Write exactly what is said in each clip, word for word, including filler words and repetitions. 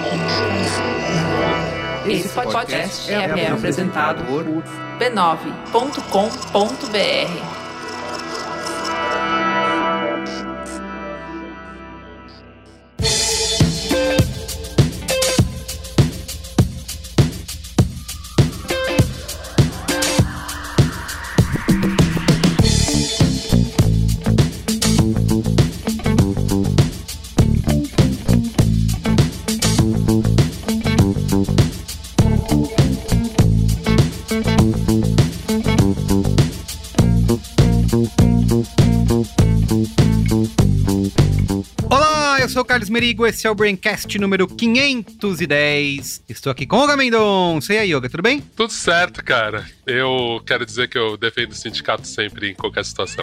Esse podcast é, é apresentado por b nove ponto com ponto b r. Carlos Merigo, esse é o Braincast número quinhentos e dez. Estou aqui com Olga Mendonça. E aí, Olga, tudo bem? Tudo certo, cara. Eu quero dizer que eu defendo o sindicato sempre, em qualquer situação.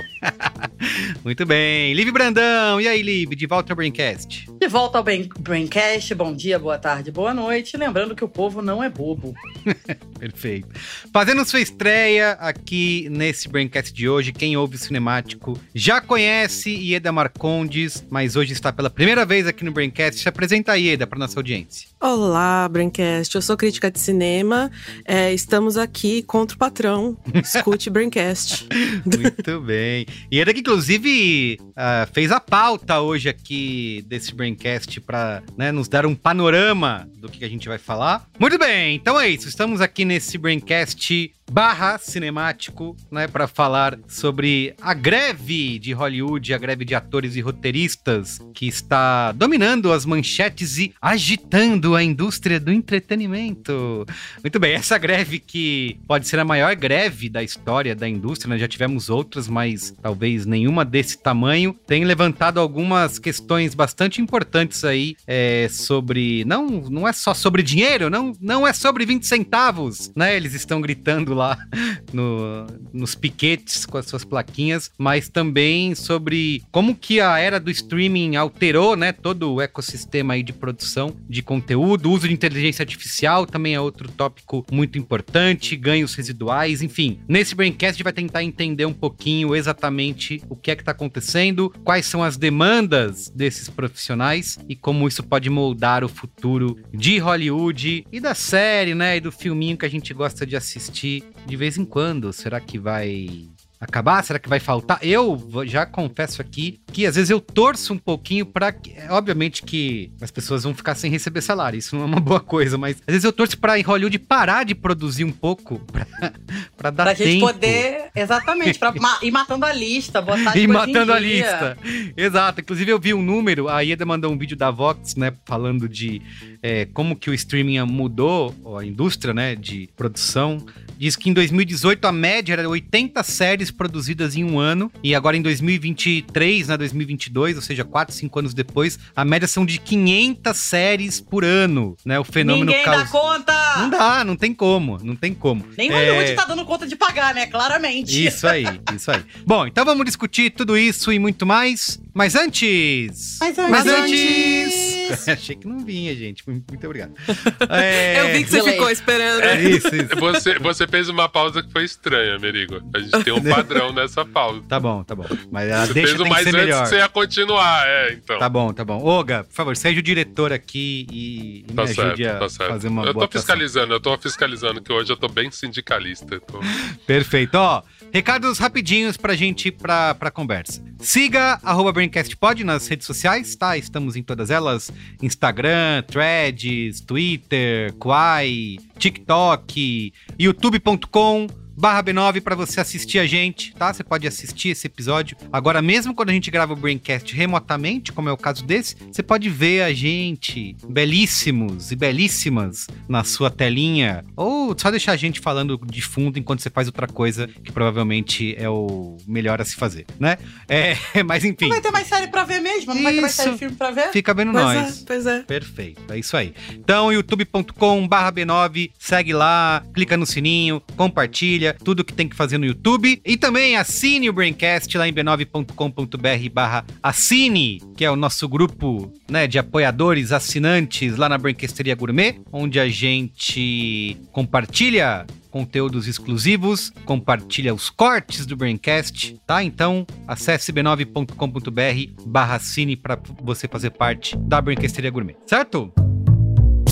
Muito bem. Liv Brandão. E aí, Liv, de volta ao Braincast? De volta ao Braincast. Bom dia, boa tarde, boa noite. Lembrando que o povo não é bobo. Perfeito. Fazendo sua estreia aqui nesse Braincast de hoje, quem ouve o Cinemático já conhece Ieda Marcondes, mas hoje está pela primeira vez aqui no Braincast. Se apresenta aí, Ieda, para nossa audiência. Olá, Braincast. Eu sou crítica de cinema. É, estamos aqui contra o patrão. Escute Braincast. Muito bem. Ieda que, inclusive, uh, fez a pauta hoje aqui desse Braincast para, né, nos dar um panorama do que a gente vai falar. Muito bem, então é isso. Estamos aqui nesse Braincast barra cinemático, né, para falar sobre a greve de Hollywood, a greve de atores e roteiristas que está dominando as manchetes e agitando a indústria do entretenimento. Muito bem, essa greve que pode ser a maior greve da história da indústria, né? Já tivemos outras, mas talvez nenhuma desse tamanho, tem levantado algumas questões bastante importantes aí é, sobre, não, não é só sobre dinheiro, não, não é sobre vinte centavos, né? Eles estão gritando lá no, nos piquetes com as suas plaquinhas, mas também sobre como que a era do streaming alterou, né, todo o ecossistema aí de produção de conteúdo. O uso de inteligência artificial também é outro tópico muito importante, ganhos residuais, enfim. Nesse Braincast a gente vai tentar entender um pouquinho exatamente o que é que está acontecendo, quais são as demandas desses profissionais e como isso pode moldar o futuro de Hollywood e da série, né, e do filminho que a gente gosta de assistir de vez em quando. Será que vai acabar? Será que vai faltar? Eu já confesso aqui que às vezes eu torço um pouquinho pra... Obviamente que as pessoas vão ficar sem receber salário, isso não é uma boa coisa, mas às vezes eu torço pra Hollywood parar de produzir um pouco pra, pra dar pra tempo. Pra gente poder, exatamente, pra ma- ir matando a lista, botar ir matando a lista. Exato, inclusive eu vi um número, a Ieda mandou um vídeo da Vox, né, falando de é, como que o streaming mudou a indústria, né, de produção. Diz que em dois mil e dezoito a média era oitenta séries produzidas em um ano, e agora em dois mil e vinte e três, né, dois mil e vinte e dois, ou seja, quatro, cinco anos depois, a média são de quinhentas séries por ano, né? O fenômeno Ninguém causa... dá conta! Não dá, não tem como, não tem como. Nem o Hollywood é... tá dando conta de pagar, né? Claramente. Isso aí, isso aí. Bom, então vamos discutir tudo isso e muito mais, mas antes... Mas antes... Mas antes... Achei que não vinha, gente. Muito obrigado. É... Eu vi que você Delay. ficou esperando. É, isso, isso. Você, você fez uma pausa que foi estranha, Merigo. A gente tem um padrão nessa pausa. Tá bom, tá bom. Mas ela você deixa fez o tem mais que ser antes melhor. Que você ia continuar, é, então. Tá bom, tá bom. Olga, por favor, seja o diretor aqui e, e tá me certo, ajude a tá certo. fazer uma eu boa tô fiscalizando, atuação. eu tô fiscalizando, que hoje eu tô bem sindicalista. Tô... Perfeito. Ó, recados rapidinhos pra gente ir pra, pra conversa. Siga arroba BraincastPod nas redes sociais, tá? Estamos em todas elas. Instagram, Threads, Twitter, Quai, TikTok, youtube ponto com barra B nove para você assistir a gente, tá? Você pode assistir esse episódio. Agora, mesmo quando a gente grava o Braincast remotamente, como é o caso desse, você pode ver a gente belíssimos e belíssimas na sua telinha, ou só deixar a gente falando de fundo enquanto você faz outra coisa, que provavelmente é o melhor a se fazer, né? É, mas enfim. Não vai ter mais série pra ver mesmo? Não isso. vai ter mais série de filme pra ver? Fica vendo pois nós. É, pois é. Perfeito, é isso aí. Então, youtube ponto com barra B nove, segue lá, clica no sininho, compartilha, tudo que tem que fazer no YouTube. E também assine o Braincast lá em b nove ponto com ponto b r barra assine, que é o nosso grupo, né, de apoiadores, assinantes lá na Braincasteria Gourmet, onde a gente compartilha conteúdos exclusivos, compartilha os cortes do Braincast, tá? Então, acesse b nove ponto com ponto b r barra assine para você fazer parte da Braincasteria Gourmet, certo?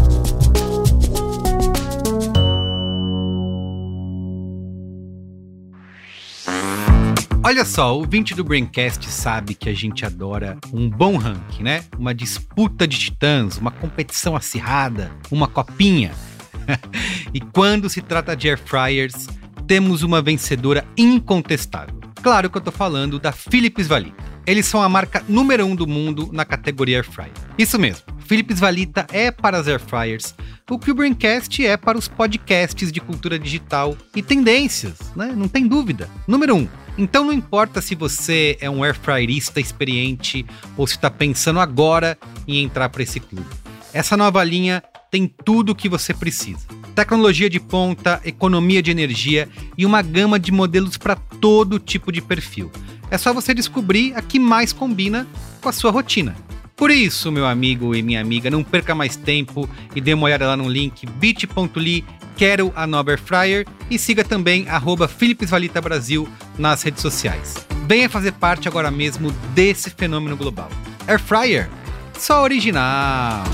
Olha só, o ouvinte do Braincast sabe que a gente adora um bom ranking, né? Uma disputa de titãs, uma competição acirrada, uma copinha. E quando se trata de air fryers, temos uma vencedora incontestável. Claro que eu tô falando da Philips Valita. Eles são a marca número um do mundo na categoria air fryer. Isso mesmo, Philips Valita é para as air fryers o que o Braincast é para os podcasts de cultura digital e tendências, né? Não tem dúvida. Número um. Então não importa se você é um airfryerista experiente ou se está pensando agora em entrar para esse clube. Essa nova linha tem tudo o que você precisa. Tecnologia de ponta, economia de energia e uma gama de modelos para todo tipo de perfil. É só você descobrir a que mais combina com a sua rotina. Por isso, meu amigo e minha amiga, não perca mais tempo e dê uma olhada lá no link bit ponto l y Quero a nova Air Fryer e siga também arroba Philips Valita Brasil nas redes sociais. Venha fazer parte agora mesmo desse fenômeno global. Air Fryer, só original!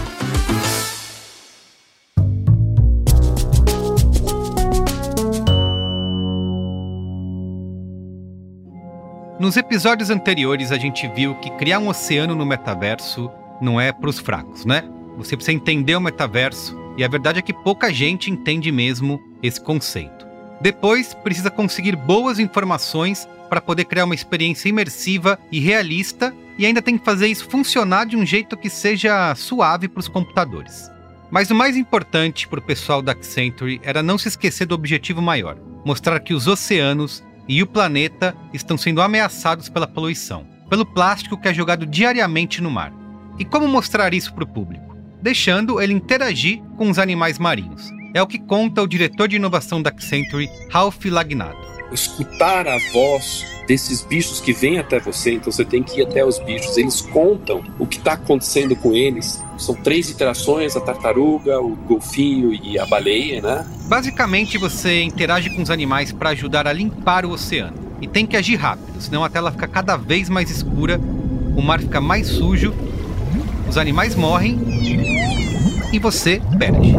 Nos episódios anteriores a gente viu que criar um oceano no metaverso não é para os fracos, né? Você precisa entender o metaverso e a verdade é que pouca gente entende mesmo esse conceito. Depois, precisa conseguir boas informações para poder criar uma experiência imersiva e realista e ainda tem que fazer isso funcionar de um jeito que seja suave para os computadores. Mas o mais importante para o pessoal da Accenture era não se esquecer do objetivo maior, mostrar que os oceanos e o planeta estão sendo ameaçados pela poluição, pelo plástico que é jogado diariamente no mar. E como mostrar isso para o público? Deixando ele interagir com os animais marinhos. É o que conta o diretor de inovação da Accenture, Ralph Lagnado. Escutar a voz desses bichos que vêm até você, então você tem que ir até os bichos, eles contam o que está acontecendo com eles. São três interações, a tartaruga, o golfinho e a baleia, né? Basicamente você interage com os animais para ajudar a limpar o oceano. E tem que agir rápido, senão a tela fica cada vez mais escura, o mar fica mais sujo, os animais morrem e você perde.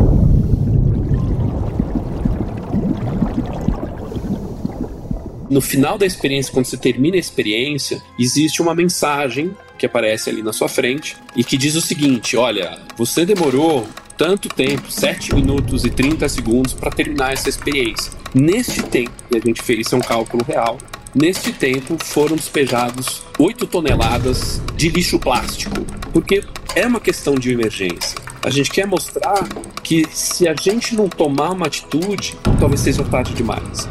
No final da experiência, quando você termina a experiência, existe uma mensagem que aparece ali na sua frente e que diz o seguinte: olha, você demorou tanto tempo, sete minutos e trinta segundos para terminar essa experiência. Neste tempo, e a gente fez, isso é um cálculo real, neste tempo foram despejados oito toneladas de lixo plástico, porque é uma questão de emergência. A gente quer mostrar que se a gente não tomar uma atitude, talvez seja tarde demais.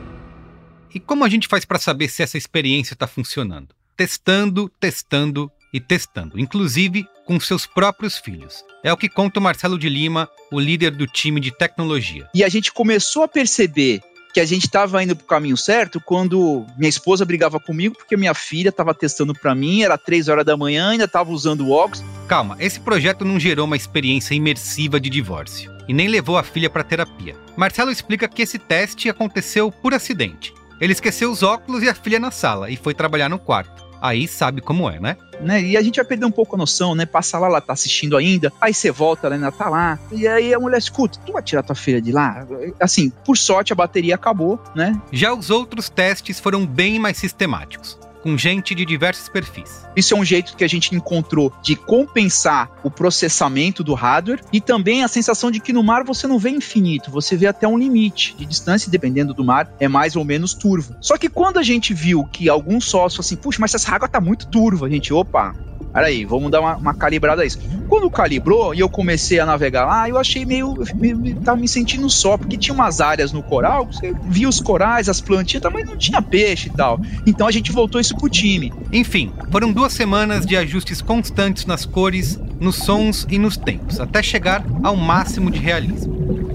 E como a gente faz para saber se essa experiência está funcionando? Testando, testando e testando, inclusive com seus próprios filhos. É o que conta o Marcelo de Lima, o líder do time de tecnologia. E a gente começou a perceber que a gente estava indo para o caminho certo quando minha esposa brigava comigo porque minha filha estava testando para mim, era três horas da manhã, ainda estava usando o óculos. Calma, esse projeto não gerou uma experiência imersiva de divórcio e nem levou a filha para terapia. Marcelo explica que esse teste aconteceu por acidente. Ele esqueceu os óculos e a filha na sala e foi trabalhar no quarto. Aí sabe como é, né? né? E a gente vai perder um pouco a noção, né? Passa lá, ela tá assistindo ainda, aí você volta, ela ainda tá lá. E aí a mulher, escuta, tu vai tirar tua filha de lá? Assim, por sorte a bateria acabou, né? Já os outros testes foram bem mais sistemáticos, com gente de diversos perfis. Isso é um jeito que a gente encontrou de compensar o processamento do hardware e também a sensação de que no mar você não vê infinito, você vê até um limite de distância e dependendo do mar é mais ou menos turvo. Só que quando a gente viu que alguns sócios assim, puxa, mas essa água tá muito turva, a gente, opa, peraí, vamos dar uma, uma calibrada a isso. Quando calibrou e eu comecei a navegar lá, eu achei meio, meio tava me sentindo só, porque tinha umas áreas no coral, você via os corais, as plantinhas, mas não tinha peixe e tal. Então a gente voltou isso pro time. Enfim, foram duas semanas de ajustes constantes nas cores, nos sons e nos tempos, até chegar ao máximo de realismo.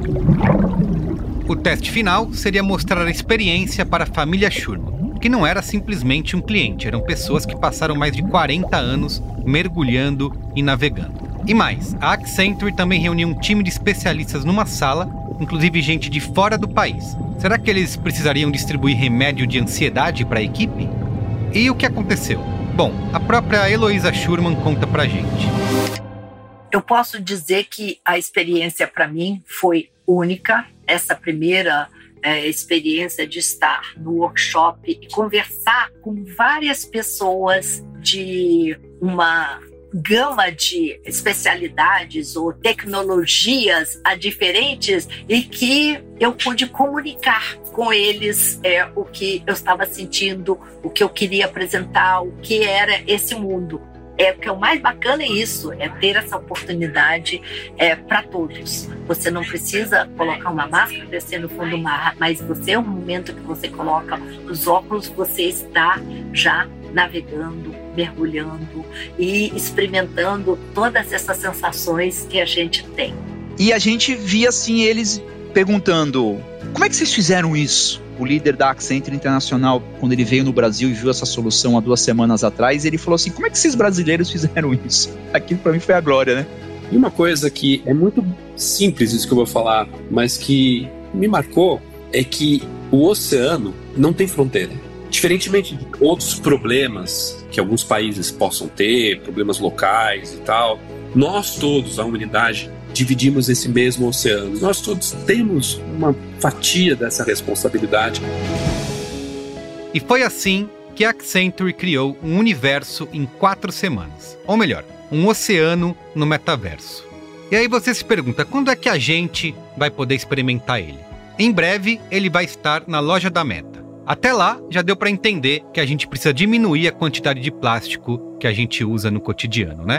O teste final seria mostrar a experiência para a família Schurman, que não era simplesmente um cliente, eram pessoas que passaram mais de quarenta anos mergulhando e navegando. E mais, a Accenture também reuniu um time de especialistas numa sala, inclusive gente de fora do país. Será que eles precisariam distribuir remédio de ansiedade para a equipe? E o que aconteceu? Bom, a própria Heloísa Schurman conta pra gente. Eu posso dizer que a experiência para mim foi única. Essa primeira a experiência de estar no workshop e conversar com várias pessoas de uma gama de especialidades ou tecnologias diferentes e que eu pude comunicar com eles é, o que eu estava sentindo, o que eu queria apresentar, o que era esse mundo. É, o que é o mais bacana é isso, é ter essa oportunidade é, para todos. Você não precisa colocar uma máscara, descer no fundo do mar, mas você, é o momento que você coloca os óculos, você está já navegando, mergulhando e experimentando todas essas sensações que a gente tem. E a gente via assim eles perguntando: como é que vocês fizeram isso? O líder da Accenture Internacional, quando ele veio no Brasil e viu essa solução há duas semanas atrás, ele falou assim: como é que esses brasileiros fizeram isso? Aquilo pra mim foi a glória, né? E uma coisa que é muito simples isso que eu vou falar, mas que me marcou, é que o oceano não tem fronteira. Diferentemente de outros problemas que alguns países possam ter, problemas locais e tal, nós todos, a humanidade, dividimos esse mesmo oceano. Nós todos temos uma fatia dessa responsabilidade. E foi assim que a Accenture criou um universo em quatro semanas. Ou melhor, um oceano no metaverso. E aí você se pergunta, quando é que a gente vai poder experimentar ele? Em breve, ele vai estar na loja da Meta. Até lá, já deu para entender que a gente precisa diminuir a quantidade de plástico que a gente usa no cotidiano, né?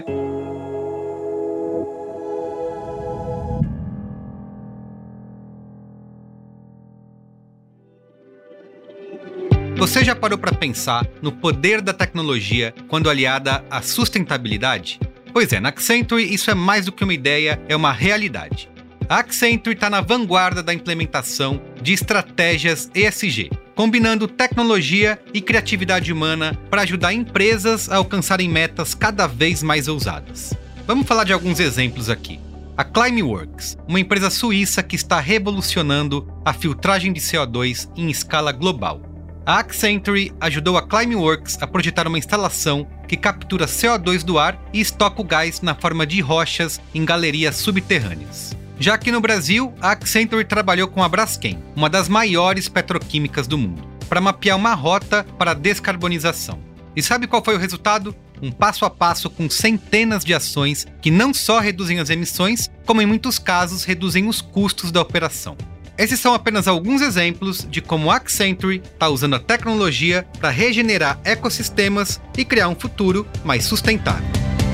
Você já parou para pensar no poder da tecnologia quando aliada à sustentabilidade? Pois é, na Accenture isso é mais do que uma ideia, é uma realidade. A Accenture está na vanguarda da implementação de estratégias E S G, combinando tecnologia e criatividade humana para ajudar empresas a alcançarem metas cada vez mais ousadas. Vamos falar de alguns exemplos aqui. A Climeworks, uma empresa suíça que está revolucionando a filtragem de C O dois em escala global. A Accenture ajudou a Climeworks a projetar uma instalação que captura C O dois do ar e estoca o gás na forma de rochas em galerias subterrâneas. Já aqui no Brasil, a Accenture trabalhou com a Braskem, uma das maiores petroquímicas do mundo, para mapear uma rota para a descarbonização. E sabe qual foi o resultado? Um passo a passo com centenas de ações que não só reduzem as emissões, como em muitos casos reduzem os custos da operação. Esses são apenas alguns exemplos de como a Accenture está usando a tecnologia para regenerar ecossistemas e criar um futuro mais sustentável.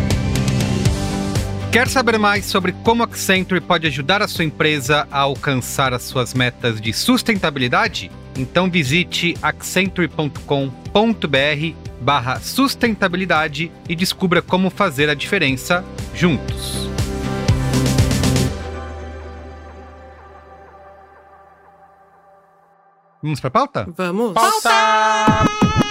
Quer saber mais sobre como a Accenture pode ajudar a sua empresa a alcançar as suas metas de sustentabilidade? Então visite accenture ponto com ponto b r barra sustentabilidade e descubra como fazer a diferença juntos. Vamos para a pauta? Vamos! Pauta!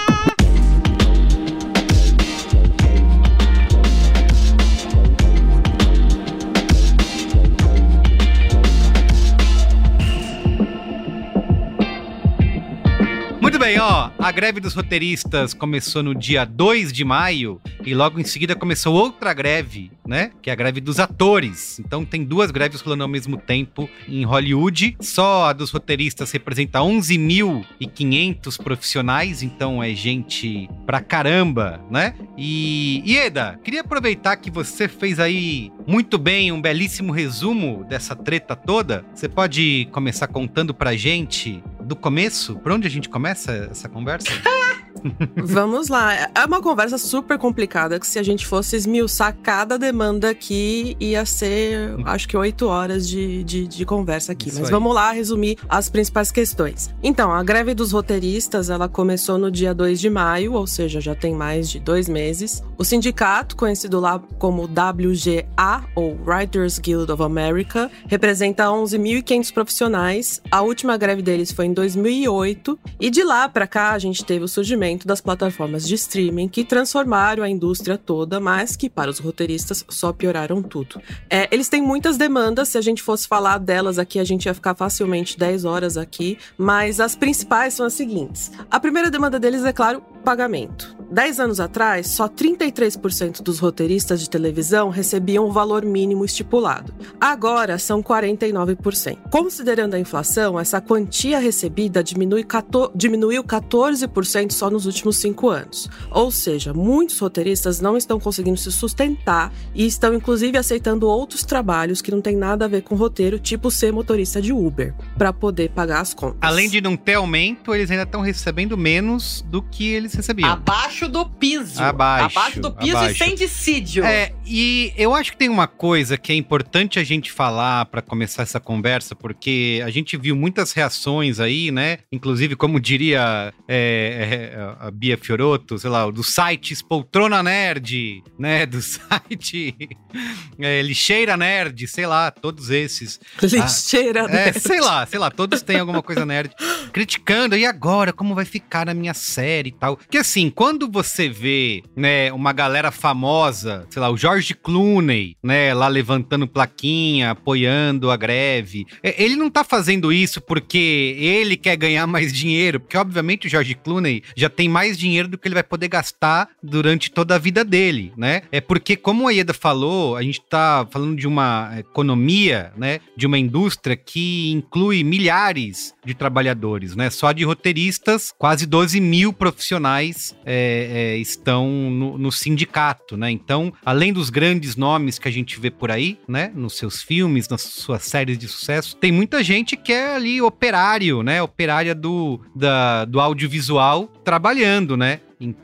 Muito bem, ó, a greve dos roteiristas começou no dia dois de maio e logo em seguida começou outra greve, né? Que é a greve dos atores. Então tem duas greves rolando ao mesmo tempo em Hollywood. Só a dos roteiristas representa onze mil e quinhentos profissionais, então é gente pra caramba, né? E, Ieda, queria aproveitar que você fez aí muito bem um belíssimo resumo dessa treta toda. Você pode começar contando pra gente do começo? Por onde a gente começa essa conversa? Vamos lá. É uma conversa super complicada, que se a gente fosse esmiuçar cada demanda aqui, ia ser, acho que, oito horas de, de, de conversa aqui. Isso Mas aí. Vamos lá resumir as principais questões. Então, a greve dos roteiristas, ela começou no dia dois de maio, ou seja, já tem mais de dois meses. O sindicato, conhecido lá como W G A, ou Writers Guild of America, representa onze mil e quinhentos profissionais. A última greve deles foi em dois mil e oito. E de lá pra cá, a gente teve o surgimento das plataformas de streaming que transformaram a indústria toda, mas que para os roteiristas só pioraram tudo. É, eles têm muitas demandas, se a gente fosse falar delas aqui, a gente ia ficar facilmente dez horas aqui, mas as principais são as seguintes. A primeira demanda deles é, claro, pagamento. Dez anos atrás, só trinta e três por cento dos roteiristas de televisão recebiam o valor mínimo estipulado. Agora, são quarenta e nove por cento. Considerando a inflação, essa quantia recebida diminui quatorze, diminuiu quatorze por cento só nos últimos cinco anos. Ou seja, muitos roteiristas não estão conseguindo se sustentar e estão, inclusive, aceitando outros trabalhos que não tem nada a ver com roteiro, tipo ser motorista de Uber, para poder pagar as contas. Além de não ter aumento, eles ainda estão recebendo menos do que eles recebiam. Abaixo do piso. Abaixo. Abaixo do piso abaixo. E sem dissídio. É, e eu acho que tem uma coisa que é importante a gente falar para começar essa conversa, porque a gente viu muitas reações aí, né? Inclusive, como diria é, é, a Bia Fiorotto, sei lá, dos sites Poltrona Nerd, né? Do site é, Lixeira Nerd, sei lá, todos esses. Lixeira ah, Nerd. É, sei lá, sei lá, todos têm alguma coisa nerd. Criticando, e agora, como vai ficar na minha série e tal. Porque assim, quando você vê, né, uma galera famosa, sei lá, o George Clooney, né, lá levantando plaquinha, apoiando a greve, ele não tá fazendo isso porque ele quer ganhar mais dinheiro, porque obviamente o George Clooney já tem mais dinheiro do que ele vai poder gastar durante toda a vida dele, né? É porque, como a Ieda falou, a gente tá falando de uma economia, né, de uma indústria que inclui milhares de trabalhadores, né? Só de roteiristas, quase doze mil profissionais é, é, estão no, no sindicato, né? Então, além dos grandes nomes que a gente vê por aí, né? Nos seus filmes, nas suas séries de sucesso, tem muita gente que é ali operário, né? Operária do, da, do audiovisual trabalhando, né?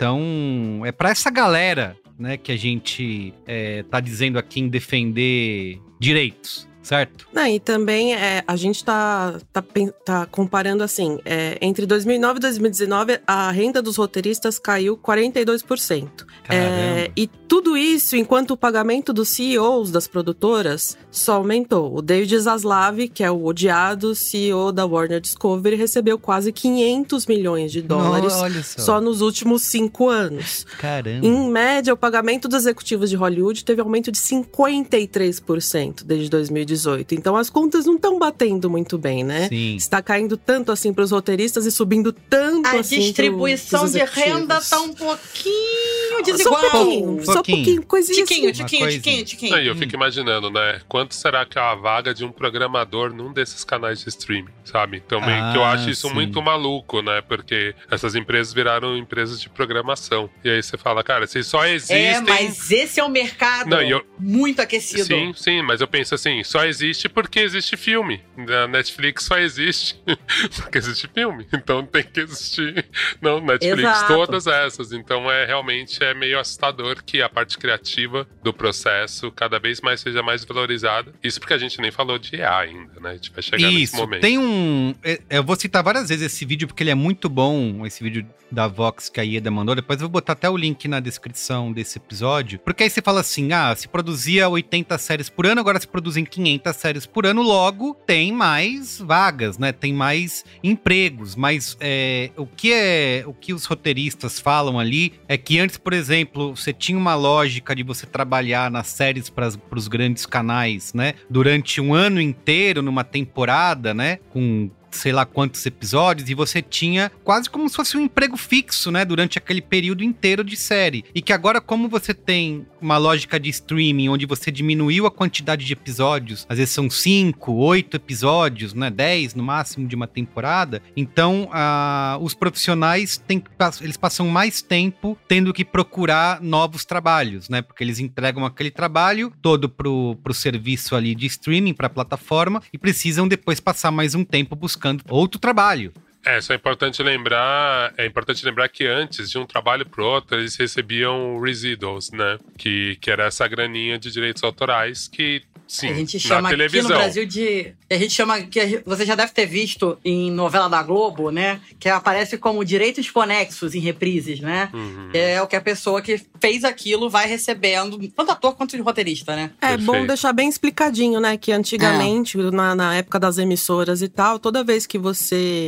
Então, é para essa galera, né, que a gente é, tá dizendo aqui em defender direitos. Certo? Não, e também é, a gente tá, tá, tá comparando assim, é, entre dois mil e nove e dois mil e dezenove, a renda dos roteiristas caiu quarenta e dois por cento. É, e tudo isso enquanto o pagamento dos C E Os das produtoras só aumentou. O David Zaslav, que é o odiado C E O da Warner Discovery, recebeu quase quinhentos milhões de dólares só. só nos últimos cinco anos. Caramba! Em média, o pagamento dos executivos de Hollywood teve aumento de cinquenta e três por cento desde dois mil e dezoito. Então as contas não estão batendo muito bem, né? Sim. Está caindo tanto assim para os roteiristas e subindo tanto a assim. A distribuição de renda tá um pouquinho desigual. Só um pouquinho, um só um pouquinho, coisinha tiquinho, assim. tiquinho, tiquinho, tiquinho. Aí eu fico imaginando, né? Quanto será que é a vaga de um programador num desses canais de streaming, sabe? Também, ah, que eu acho isso sim. muito maluco, né? Porque essas empresas viraram empresas de programação. E aí você fala, cara, vocês só existem... É, mas esse é um mercado Não, eu... muito aquecido. Sim, sim, mas eu penso assim, só existe porque existe filme. A Netflix só existe porque existe filme. Então tem que existir. Não, Netflix, Exato. Todas essas. Então é realmente é meio assustador que a parte criativa do processo cada vez mais seja mais valorizada. Isso porque a gente nem falou de I A ainda, né? A gente vai chegar Isso, nesse momento. Tem um... Eu vou citar várias vezes esse vídeo porque ele é muito bom, esse vídeo da Vox que a Ieda mandou. Depois eu vou botar até o link na descrição desse episódio. Porque aí você fala assim, ah, se produzia oitenta séries por ano, agora se produzem quinhentas séries por ano, logo tem mais vagas, né? Tem mais empregos. Mas é, o, que é, o que os roteiristas falam ali é que antes, por exemplo, você tinha uma lógica de você trabalhar nas séries para os grandes canais, né? Durante um ano inteiro, numa temporada, né? Com sei lá quantos episódios, e você tinha quase como se fosse um emprego fixo, né, durante aquele período inteiro de série. E que agora, como você tem uma lógica de streaming, onde você diminuiu a quantidade de episódios, às vezes são cinco, oito episódios, né, dez no máximo de uma temporada, então ah, os profissionais têm, eles passam mais tempo tendo que procurar novos trabalhos, né, porque eles entregam aquele trabalho todo pro, pro serviço ali de streaming, pra plataforma, e precisam depois passar mais um tempo buscando outro trabalho. É, só é importante lembrar, é importante lembrar que antes de um trabalho pro outro, eles recebiam residuals, né? Que, que era essa graninha de direitos autorais que, sim, a gente chama na televisão. Aqui no Brasil de... A gente chama, que você já deve ter visto em novela da Globo, né? Que aparece como direitos conexos em reprises, né? Uhum. É o que a pessoa que fez aquilo vai recebendo, tanto ator quanto de roteirista, né? É Perfeito. Bom deixar bem explicadinho, né? Que antigamente, é. na, na época das emissoras e tal, toda vez que você... Por exemplo,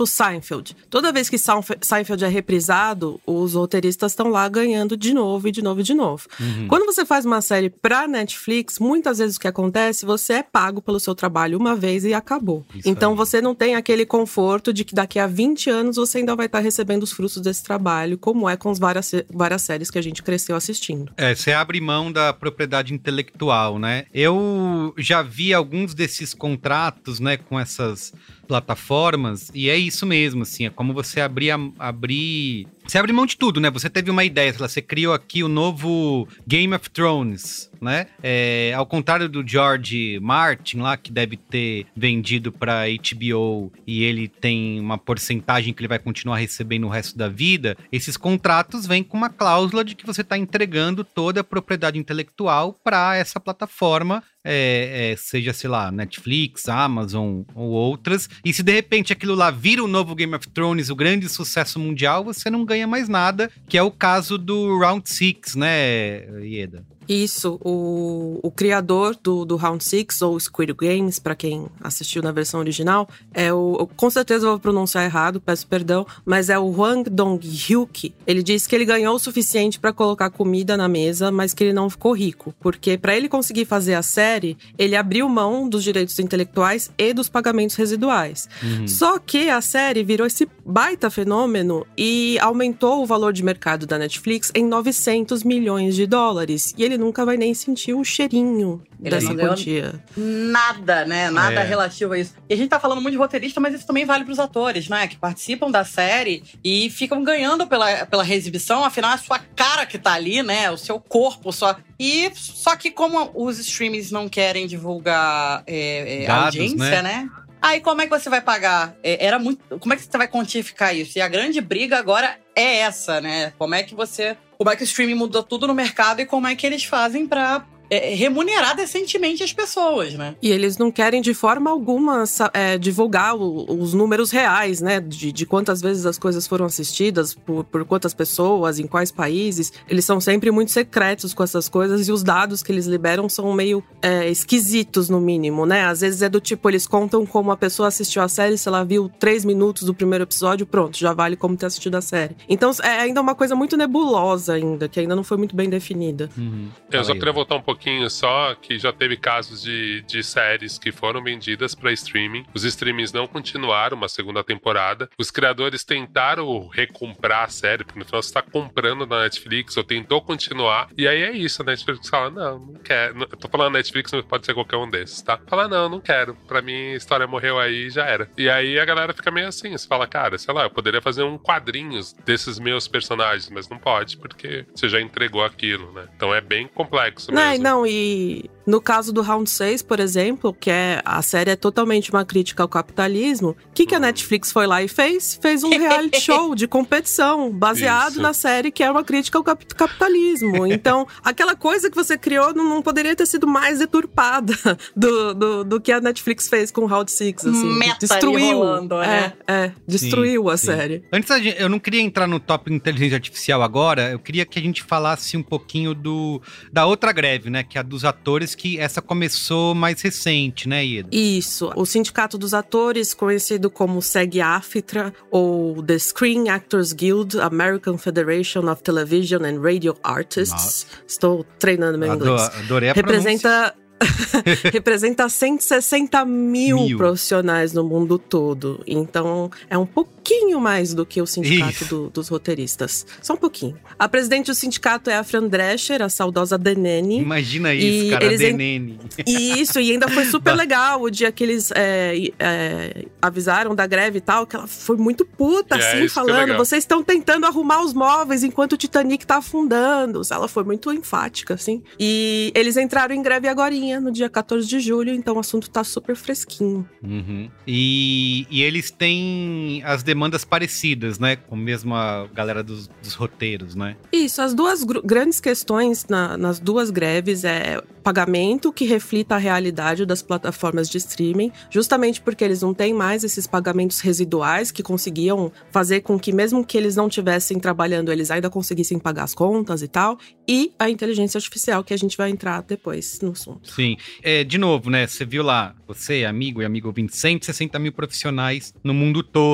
exemplo, Seinfeld. Toda vez que Seinfeld é reprisado, os roteiristas estão lá ganhando de novo e de novo e de novo. Uhum. Quando você faz uma série pra Netflix, muitas vezes o que acontece, você é pago pelo seu trabalho uma vez e acabou. Isso então aí. Você não tem aquele conforto de que daqui a vinte anos você ainda vai estar recebendo os frutos desse trabalho, como é com as várias, várias séries que a gente cresceu assistindo. É, você abre mão da propriedade intelectual, né? Eu já vi alguns desses contratos, né, com essas plataformas, e é isso mesmo, assim, é como você abrir, abrir... Você abre mão de tudo, né? Você teve uma ideia, você criou aqui o novo Game of Thrones, né? É, ao contrário do George Martin lá, que deve ter vendido para H B O e ele tem uma porcentagem que ele vai continuar recebendo o resto da vida, esses contratos vêm com uma cláusula de que você está entregando toda a propriedade intelectual para essa plataforma, é, é, seja, sei lá, Netflix, Amazon ou outras. E se de repente aquilo lá vira o novo Game of Thrones, o grande sucesso mundial, você não ganha mais nada, que é o caso do Round Six, né, Ieda? Isso, o, o criador do, do Round Six, ou Squid Games, pra quem assistiu na versão original, é o, com certeza eu vou pronunciar errado, peço perdão, mas é o Hwang Dong-hyuk. Ele disse que ele ganhou o suficiente pra colocar comida na mesa, mas que ele não ficou rico, porque pra ele conseguir fazer a série, ele abriu mão dos direitos intelectuais e dos pagamentos residuais. Uhum. Só que a série virou esse baita fenômeno e aumentou o valor de mercado da Netflix em novecentos milhões de dólares. E ele nunca vai nem sentir o cheirinho ele dessa quantia. Nada, né? Nada é. relativo a isso. E a gente tá falando muito de roteirista, mas isso também vale pros atores, né? Que participam da série e ficam ganhando pela, pela reexibição. Afinal, é a sua cara que tá ali, né? O seu corpo, só... E só que como os streamings não querem divulgar é, é, Dados, audiência, né? né? Aí como é que você vai pagar? É, era muito. Como é que você vai quantificar isso? E a grande briga agora é essa, né? Como é que você. Como é que o streaming mudou tudo no mercado e como é que eles fazem pra é, remunerar decentemente as pessoas, né? E eles não querem de forma alguma é, divulgar o, os números reais, né? De, de quantas vezes as coisas foram assistidas, por, por quantas pessoas, em quais países. Eles são sempre muito secretos com essas coisas e os dados que eles liberam são meio é, esquisitos, no mínimo, né? Às vezes é do tipo, eles contam como a pessoa assistiu a série, se ela viu três minutos do primeiro episódio, pronto, já vale como ter assistido a série. Então é ainda uma coisa muito nebulosa ainda, que ainda não foi muito bem definida. Uhum. Eu só queria voltar um pouquinho só, que já teve casos de, de séries que foram vendidas para streaming. Os streamings não continuaram uma segunda temporada. Os criadores tentaram recomprar a série, porque no final você está comprando na Netflix, ou tentou continuar. E aí é isso, a Netflix fala, não, não quero. Eu tô falando Netflix, mas pode ser qualquer um desses, tá? Fala, não, não quero. Pra mim, a história morreu aí e já era. E aí a galera fica meio assim, você fala, cara, sei lá, eu poderia fazer um quadrinhos desses meus personagens, mas não pode, porque você já entregou aquilo, né? Então é bem complexo mesmo. Não, não, e no caso do Round seis, por exemplo, que é, a série é totalmente uma crítica ao capitalismo, o que, que a Netflix foi lá e fez? Fez um reality show de competição, baseado Isso. na série que é uma crítica ao cap- capitalismo. Então, aquela coisa que você criou não, não poderia ter sido mais deturpada do, do, do que a Netflix fez com o Round seis, assim. Meta destruiu, rolando, né? É, é, destruiu sim, a sim. série. Antes, eu não queria entrar no tópico inteligência artificial agora, eu queria que a gente falasse um pouquinho do, da outra greve, né, que é a dos atores, que essa começou mais recente, né, Ieda? Isso. O Sindicato dos Atores, conhecido como SAG-AFTRA, ou The Screen Actors Guild, American Federation of Television and Radio Artists. Nossa. Estou treinando meu Adoro, inglês. Adorei a Representa... representa cento e sessenta mil, mil profissionais no mundo todo. Então, é um pouquinho mais do que o sindicato do, dos roteiristas. Só um pouquinho. A presidente do sindicato é a Fran Drescher, a saudosa Denene. Imagina isso, cara, a Denene. En... Isso, e ainda foi super legal o dia que eles é, é, avisaram da greve e tal, que ela foi muito puta, é, assim, falando, vocês estão tentando arrumar os móveis enquanto o Titanic tá afundando. Ela foi muito enfática, assim. E eles entraram em greve agorinha, no dia quatorze de julho, então o assunto tá super fresquinho. Uhum. E, e eles têm as demandas parecidas, né? Com a mesma galera dos, dos roteiros, né? Isso, as duas gr- grandes questões na, nas duas greves é pagamento que reflita a realidade das plataformas de streaming, justamente porque eles não têm mais esses pagamentos residuais que conseguiam fazer com que, mesmo que eles não estivessem trabalhando, eles ainda conseguissem pagar as contas e tal, e a inteligência artificial, que a gente vai entrar depois no assunto. Sim. É, de novo, né? Você viu lá, você, amigo e amigo ouvinte, cento e sessenta mil profissionais no mundo todo.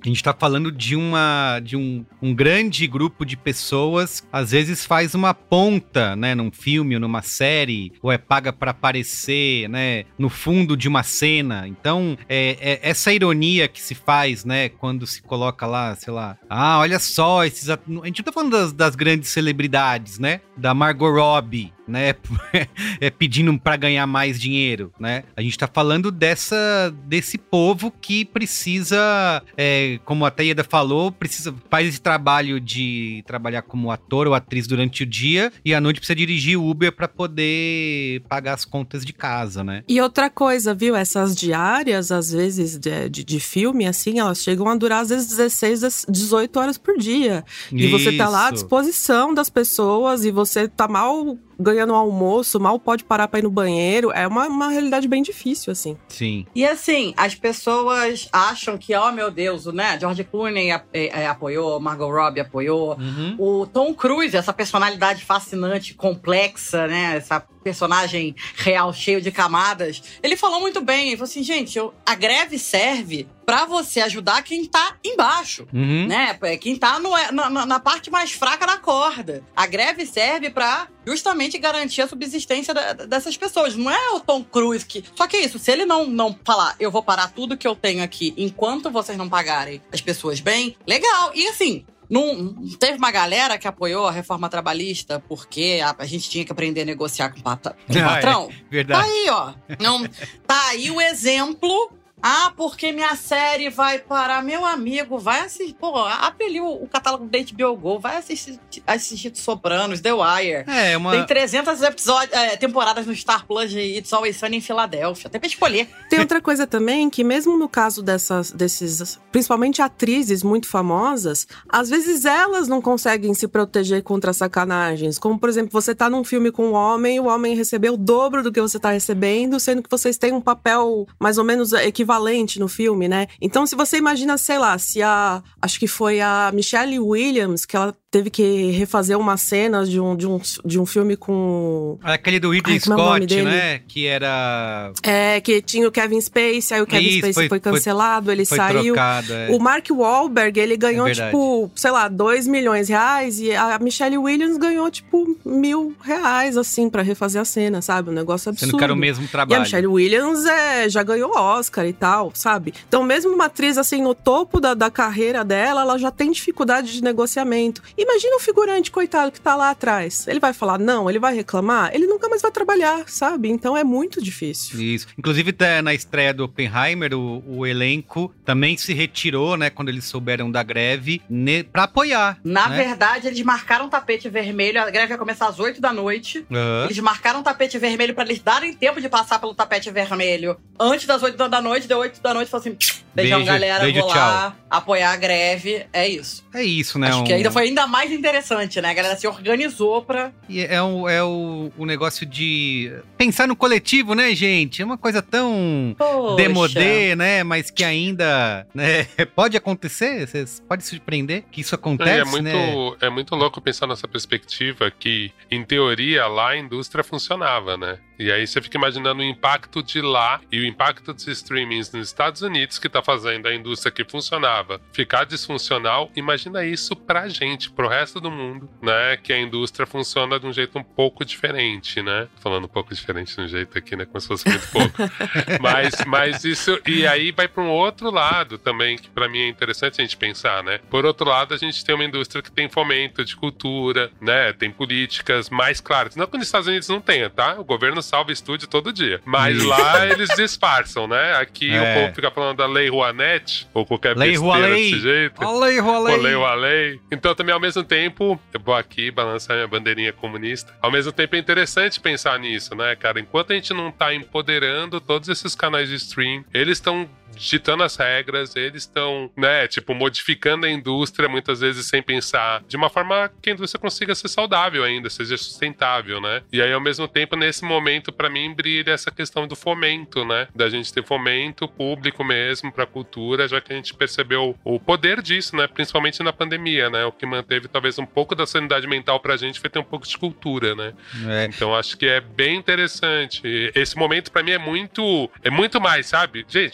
A gente tá falando de, uma, de um, um grande grupo de pessoas, às vezes faz uma ponta, né, num filme ou numa série, ou é paga pra aparecer, né, no fundo de uma cena. Então, é, é essa ironia que se faz, né, quando se coloca lá, sei lá, ah, olha só, esses at... a gente não tá falando das, das grandes celebridades, né, da Margot Robbie, né, é, pedindo para ganhar mais dinheiro, né? A gente tá falando dessa, desse povo que precisa, é, como a Taída falou, precisa, faz esse trabalho de trabalhar como ator ou atriz durante o dia e à noite precisa dirigir Uber para poder pagar as contas de casa, né? E outra coisa, viu? Essas diárias, às vezes, de, de, de filme, assim, elas chegam a durar, às vezes, dezesseis, dezoito horas por dia. E Isso. você tá lá à disposição das pessoas e você tá mal ganhando um almoço, mal pode parar pra ir no banheiro. É uma, uma realidade bem difícil, assim. Sim. E assim, as pessoas acham que, oh meu Deus, né? George Clooney é, é, apoiou, Margot Robbie apoiou. Uhum. O Tom Cruise, essa personalidade fascinante, complexa, né? Essa personagem real, cheio de camadas. Ele falou muito bem, ele falou assim, gente, eu, a greve serve pra você ajudar quem tá embaixo, uhum. né? Quem tá no, na, na parte mais fraca da corda. A greve serve pra justamente garantir a subsistência da, dessas pessoas. Não é o Tom Cruise que... Só que é isso, se ele não, não falar, eu vou parar tudo que eu tenho aqui enquanto vocês não pagarem as pessoas bem, legal. E assim... Não, teve uma galera que apoiou a reforma trabalhista porque a, a gente tinha que aprender a negociar com o pata, com ah, patrão. É, verdade. Tá aí, ó. Não, tá aí o exemplo. Ah, porque minha série vai parar. Meu amigo, vai assistir. Pô, apeliu o catálogo da H B O Go. Vai assistir, assistir Sopranos, The Wire. É, uma... Tem trezentas episódios, é, temporadas no Star Plus e It's Always Sunny em Filadélfia. Até pra escolher. Tem outra coisa também, que mesmo no caso dessas, desses, principalmente atrizes muito famosas, às vezes elas não conseguem se proteger contra sacanagens. Como, por exemplo, você tá num filme com um homem, o homem recebeu o dobro do que você tá recebendo, sendo que vocês têm um papel mais ou menos equivalente no filme, né? Então, se você imagina, sei lá, se a... Acho que foi a Michelle Williams, que ela teve que refazer umas cenas de um, de um, de um filme com... Aquele do Ridley Scott, né? Que era... É, que tinha o Kevin Spacey, aí o Kevin Isso, Spacey foi, foi cancelado, ele foi saiu. Trocado, é. O Mark Wahlberg, ele ganhou, é tipo, sei lá, dois milhões de reais, e a Michelle Williams ganhou, tipo, mil reais, assim, pra refazer a cena, sabe? Um negócio absurdo. Sendo que era o mesmo trabalho. E a Michelle Williams é, já ganhou Oscar e tal, sabe? Então, mesmo uma atriz, assim, no topo da, da carreira dela, ela já tem dificuldade de negociamento. Imagina o figurante, coitado, que tá lá atrás. Ele vai falar não? Ele vai reclamar? Ele nunca mais vai trabalhar, sabe? Então é muito difícil. Isso. Inclusive, tá na estreia do Oppenheimer, o, o elenco também se retirou, né, quando eles souberam da greve, ne, pra apoiar. Na né? verdade, eles marcaram um tapete vermelho, a greve ia começar às oito da noite. Uhum. Eles marcaram um tapete vermelho pra eles darem tempo de passar pelo tapete vermelho antes das oito da noite, deu oito da noite, falou assim, beijão, beijo, galera, beijo, vou tchau. lá apoiar a greve, é isso. É isso, né? Acho um... que ainda foi ainda mais interessante, né? A galera se organizou pra... E é, um, é o, o negócio de pensar no coletivo, né, gente? É uma coisa tão Poxa. demodê, né? Mas que ainda, né, pode acontecer, vocês podem se surpreender que isso acontece, é, é muito, né? É muito louco pensar nessa perspectiva que, em teoria, lá a indústria funcionava, né? E aí você fica imaginando o impacto de lá e o impacto dos streamings nos Estados Unidos que tá fazendo a indústria que funcionava ficar disfuncional. Imagina isso pra gente, pro resto do mundo, né? Que a indústria funciona de um jeito um pouco diferente, né? Falando um pouco diferente de um jeito aqui, né? Como se fosse muito pouco. mas, mas isso... E aí vai pra um outro lado também, que pra mim é interessante a gente pensar, né? Por outro lado, a gente tem uma indústria que tem fomento de cultura, né? Tem políticas mais claras. Não que nos Estados Unidos não tenha, tá? O governo salva estúdio todo dia. Mas lá eles disfarçam, né? Aqui é. o povo fica falando da Lei Rouanet, ou qualquer Lei besteira Rouanet. desse jeito. A Lei Rouanet. Lei Rouanet. Então também ao mesmo tempo, eu vou aqui balançar minha bandeirinha comunista, ao mesmo tempo é interessante pensar nisso, né, cara? Enquanto a gente não tá empoderando todos esses canais de stream, eles estão ditando as regras, eles estão, né, tipo, modificando a indústria muitas vezes sem pensar, de uma forma que a indústria consiga ser saudável ainda, seja sustentável, né? E aí, ao mesmo tempo, nesse momento, pra mim, brilha essa questão do fomento, né? Da gente ter fomento público mesmo pra cultura, já que a gente percebeu o poder disso, né? Principalmente na pandemia, né? O que manteve talvez um pouco da sanidade mental pra gente foi ter um pouco de cultura, né? É. Então, acho que é bem interessante. Esse momento, pra mim, é muito, é muito mais, sabe? Gente, eu tô aqui não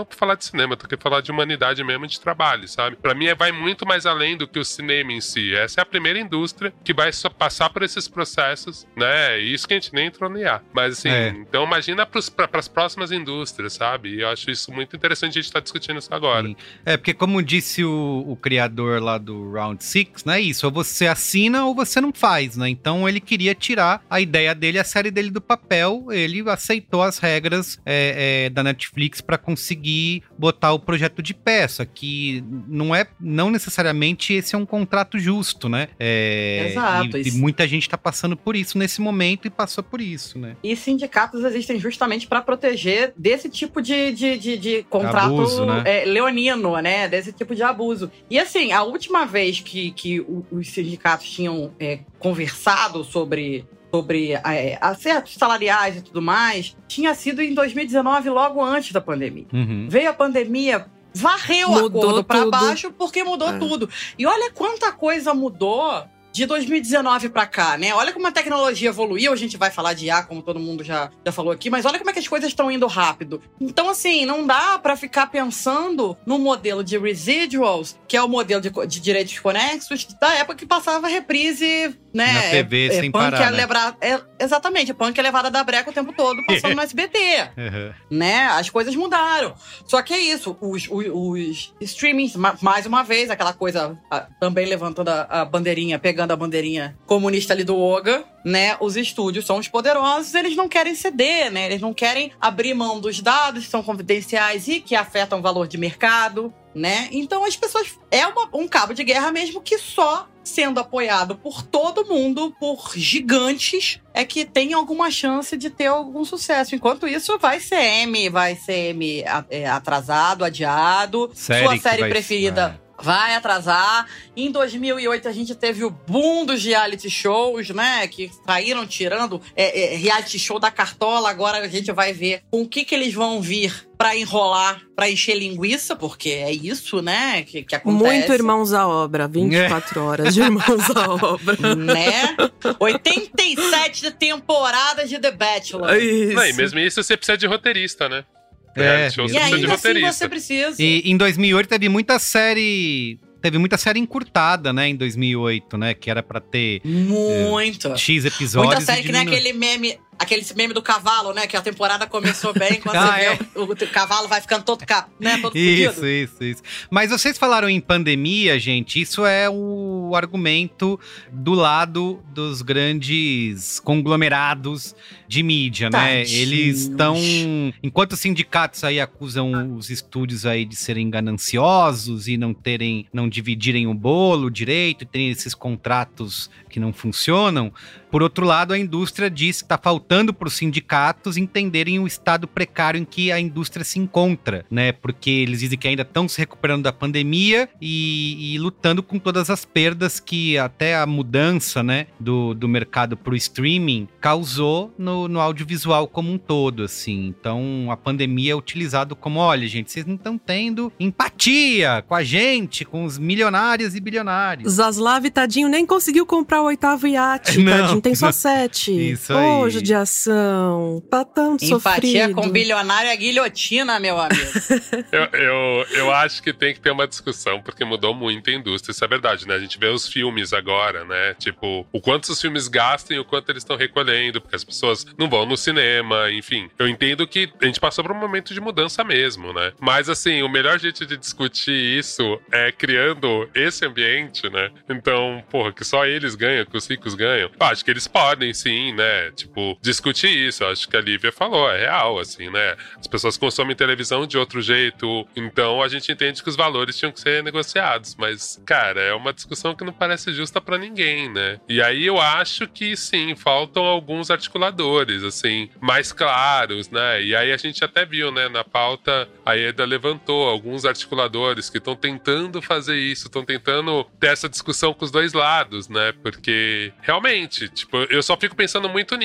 não pra falar de cinema, eu tô aqui pra falar de humanidade mesmo, de trabalho, sabe? Pra mim, vai muito mais além do que o cinema em si. Essa é a primeira indústria que vai só passar por esses processos, né? Isso que a gente nem entrou no I A. Mas, assim, é. então imagina pros, pra, pras próximas indústrias, sabe? E eu acho isso muito interessante a gente estar tá discutindo isso agora. Sim. É, porque como disse o, o criador lá do Round Six, né? Isso, ou você assina ou você não faz, né? Então ele queria tirar a ideia dele, a série dele do papel, ele aceitou as regras é, é, da Netflix para conseguir botar o projeto de pé, só que não é, não necessariamente esse é um contrato justo, né? É, Exato. E, e muita gente tá passando por isso nesse momento e passou por isso, né? E sindicatos existem justamente para proteger desse tipo de, de, de, de contrato abuso, né? é, leonino, né? Desse tipo de abuso. E assim, a última vez que, que os sindicatos tinham é, conversado sobre... sobre é, acertos salariais e tudo mais, tinha sido em dois mil e dezenove, logo antes da pandemia. Uhum. Veio a pandemia, varreu o acordo para baixo porque mudou é. tudo. E olha quanta coisa mudou de dois mil e dezenove pra cá, né? Olha como a tecnologia evoluiu, a gente vai falar de I A, como todo mundo já, já falou aqui, mas olha como é que as coisas estão indo rápido. Então, assim, não dá pra ficar pensando no modelo de residuals, que é o modelo de, de direitos conexos, da época que passava reprise, né? Na T V, é, sem é, parar, é né? levra, é, exatamente, punk é levada da breca o tempo todo, passando no S B T. Uhum. Né? As coisas mudaram. Só que é isso, os, os, os streamings, mais uma vez, aquela coisa, também levantando a, a bandeirinha, pegando a bandeirinha comunista ali do Oga, né? Os estúdios são os poderosos, eles não querem ceder, né? Eles não querem abrir mão dos dados que são confidenciais e que afetam o valor de mercado, né? Então as pessoas... É uma, um cabo de guerra mesmo que só sendo apoiado por todo mundo, por gigantes, é que tem alguma chance de ter algum sucesso. Enquanto isso, vai ser M, vai ser M atrasado, adiado. Série Sua série vai, preferida... É. Vai atrasar. Em dois mil e oito a gente teve o boom dos reality shows, né? Que saíram tirando é, é, reality show da cartola. Agora a gente vai ver com o que, que eles vão vir pra enrolar, pra encher linguiça, porque é isso, né? Que, que acontece. Muito Irmãos à Obra, vinte e quatro é. horas de Irmãos à Obra. Né? oitenta e sete temporadas de The Bachelor. Isso. Não, e mesmo isso você precisa de roteirista, né? É, show, e ainda assim você precisa. E em dois mil e oito teve muita série... Teve muita série encurtada, né, em dois mil e oito, né? Que era pra ter... Muito. É, X episódios. Muita série que nem aquele meme... Aquele meme do cavalo, né? Que a temporada começou bem, quando ah, você é. vê o, o cavalo vai ficando todo, né, todo isso, fudido. Isso, isso. Mas vocês falaram em pandemia, gente. Isso é o argumento do lado dos grandes conglomerados de mídia, Tadinhos. né? Eles estão... Enquanto os sindicatos aí acusam os estúdios aí de serem gananciosos e não terem... Não dividirem o bolo direito, terem esses contratos que não funcionam... Por outro lado, a indústria diz que está faltando para os sindicatos entenderem o estado precário em que a indústria se encontra, né? Porque eles dizem que ainda estão se recuperando da pandemia e, e lutando com todas as perdas que até a mudança, né, do, do mercado para o streaming causou no, no audiovisual como um todo, assim. Então, a pandemia é utilizado como, olha, gente, vocês não estão tendo empatia com a gente, com os milionários e bilionários. Zaslav, tadinho, nem conseguiu comprar o oitavo iate, não. Tadinho. Tem só sete. Isso aí. Ô, judiação. Tá tanto Empatia sofrido. com bilionário é guilhotina, meu amigo. eu, eu, eu acho que tem que ter uma discussão, porque mudou muito a indústria. Isso é verdade, né? A gente vê os filmes agora, né? Tipo, o quanto os filmes gastam e o quanto eles estão recolhendo, porque as pessoas não vão no cinema, enfim. Eu entendo que a gente passou por um momento de mudança mesmo, né? Mas, assim, o melhor jeito de discutir isso é criando esse ambiente, né? Então, porra, que só eles ganham, que os ricos ganham. Eu acho que eles podem, sim, né, tipo, discutir isso. Eu acho que a Lívia falou, é real, assim, né, as pessoas consomem televisão de outro jeito, então a gente entende que os valores tinham que ser negociados, mas, cara, é uma discussão que não parece justa pra ninguém, né, e aí eu acho que, sim, faltam alguns articuladores, assim, mais claros, né, e aí a gente até viu, né, na pauta, a Eda levantou alguns articuladores que estão tentando fazer isso, estão tentando ter essa discussão com os dois lados, né, porque, realmente, tipo, eu só fico pensando muito nisso, assim.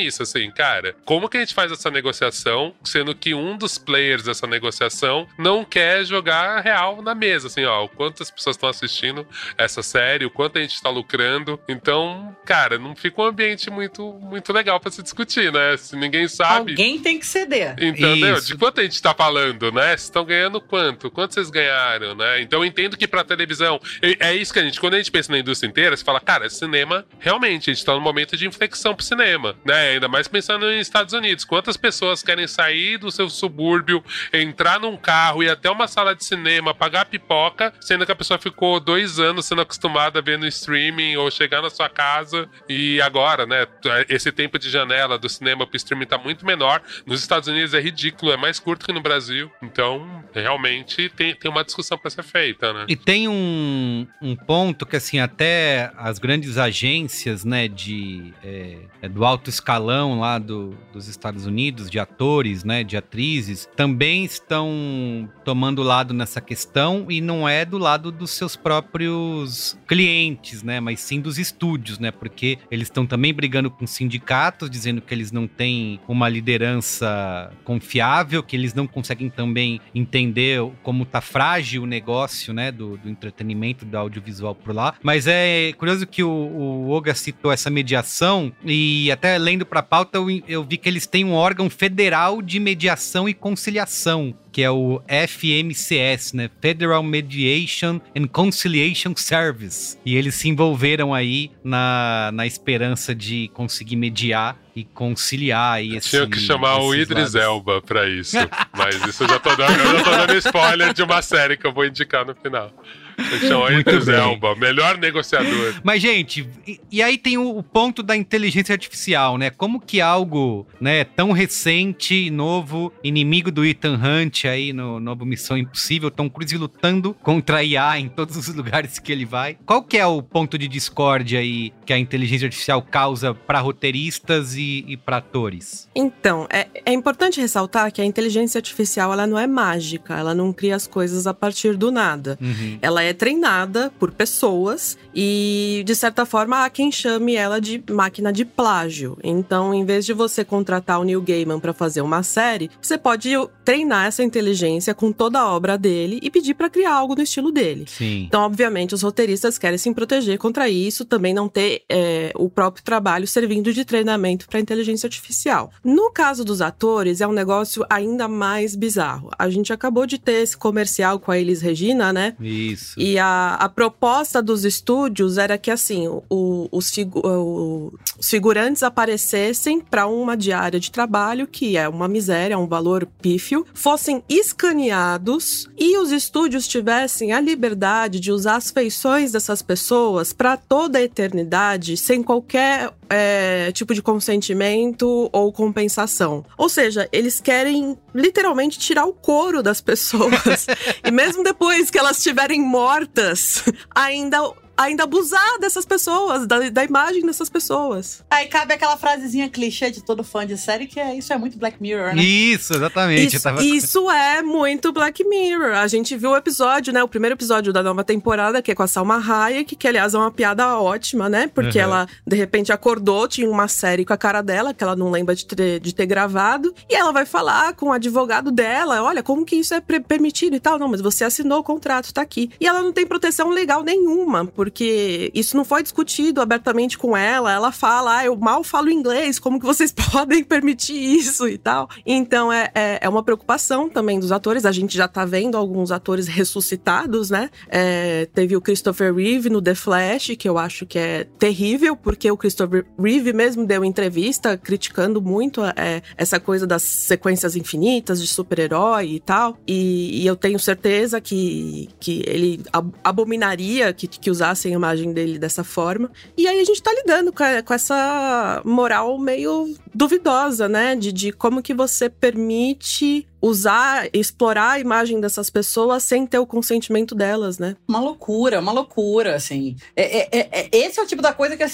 assim, cara, como que a gente faz essa negociação, sendo que um dos players dessa negociação não quer jogar real na mesa, assim, ó, o quanto as pessoas estão assistindo essa série, o quanto a gente tá lucrando. Então, cara, não fica um ambiente muito, muito legal pra se discutir, né? Se ninguém sabe... Alguém tem que ceder. Entendeu? Isso. De quanto a gente tá falando, né? Vocês estão ganhando quanto? Quanto vocês ganharam, né? Então eu entendo que pra televisão... É isso que a gente... Quando a gente pensa na indústria inteira, você fala, cara, cinema, realmente, a gente tá num momento de inflexão pro cinema, né? Ainda mais pensando nos Estados Unidos. Quantas pessoas querem sair do seu subúrbio, entrar num carro, ir até uma sala de cinema, pagar pipoca, sendo que a pessoa ficou dois anos sendo acostumada a ver no streaming ou chegar na sua casa e agora, né? Esse tempo de janela do cinema pro streaming tá muito menor. Nos Estados Unidos é ridículo, é mais curto que no Brasil. Então, realmente, tem, tem uma discussão pra ser feita, né? E tem um, um ponto que, assim, até as grandes agências, né, de, é, é do alto escalão lá do, dos Estados Unidos, de atores, né, de atrizes, também estão tomando lado nessa questão e não é do lado dos seus próprios clientes, né, mas sim dos estúdios, né, porque eles estão também brigando com sindicatos, dizendo que eles não têm uma liderança confiável, que eles não conseguem também entender como tá frágil o negócio, né, do, do entretenimento, do audiovisual por lá. Mas é curioso que o, o Oga citou essa mediação e até lendo pra pauta eu, eu vi que eles têm um órgão federal de mediação e conciliação, que é o F M C S, né? Federal Mediation and Conciliation Service. E eles se envolveram aí na, na esperança de conseguir mediar e conciliar aí esse... Tinha que chamar o Idris Elba pra isso. Mas isso eu já tô dando, eu já tô dando spoiler de uma série que eu vou indicar no final. Chama o Idris Elba, melhor negociador. Mas, gente, e, e aí tem o, o ponto da inteligência artificial, né? Como que algo, né, tão recente, novo, inimigo do Ethan Hunt aí no novo Missão Impossível, Tom Cruise lutando contra a I A em todos os lugares que ele vai. Qual que é o ponto de discórdia aí que a inteligência artificial causa para roteiristas e, e para atores? Então, é, é importante ressaltar que a inteligência artificial, ela não é mágica, ela não cria as coisas a partir do nada. Uhum. Ela é treinada por pessoas e, de certa forma, há quem chame ela de máquina de plágio. Então, em vez de você contratar o Neil Gaiman para fazer uma série, você pode treinar essa inteligência com toda a obra dele e pedir para criar algo no estilo dele. Sim. Então, obviamente, os roteiristas querem se proteger contra isso, também não ter é, o próprio trabalho servindo de treinamento para inteligência artificial. No caso dos atores, é um negócio ainda mais bizarro. A gente acabou de ter esse comercial com a Elis Regina, né? Isso. E a, a proposta dos estúdios era que, assim, o, os, figu, o, os figurantes aparecessem para uma diária de trabalho, que é uma miséria, um valor pífio, fossem escaneados e os estúdios tivessem a liberdade de usar as feições dessas pessoas para toda a eternidade, sem qualquer é, tipo de consentimento ou compensação. Ou seja, eles querem literalmente tirar o couro das pessoas. E mesmo depois que elas estiverem mortas, ainda... ainda abusar dessas pessoas, da, da imagem dessas pessoas. Aí cabe aquela frasezinha clichê de todo fã de série, que é isso é muito Black Mirror, né? Isso, exatamente. Isso, tava... isso é muito Black Mirror. A gente viu o episódio, né? O primeiro episódio da nova temporada, que é com a Salma Hayek, que aliás é uma piada ótima, né? Porque uhum. ela, de repente, acordou, tinha uma série com a cara dela, que ela não lembra de ter, de ter gravado, e ela vai falar com o advogado dela, olha, como que isso é permitido e tal? Não, mas você assinou o contrato, tá aqui. E ela não tem proteção legal nenhuma, porque porque isso não foi discutido abertamente com ela. Ela fala, ah, eu mal falo inglês, como que vocês podem permitir isso e tal? Então é, é, é uma preocupação também dos atores. A gente já tá vendo alguns atores ressuscitados, né? É, teve o Christopher Reeve no The Flash, que eu acho que é terrível, porque o Christopher Reeve mesmo deu entrevista criticando muito é, essa coisa das sequências infinitas de super-herói e tal. E, e eu tenho certeza que, que ele abominaria que, que usassem a imagem dele dessa forma. E aí a gente tá lidando com, a, com essa moral meio duvidosa, né? De, de como que você permite usar, explorar a imagem dessas pessoas sem ter o consentimento delas, né? Uma loucura, uma loucura, assim. É, é, é, esse é o tipo da coisa que, assim,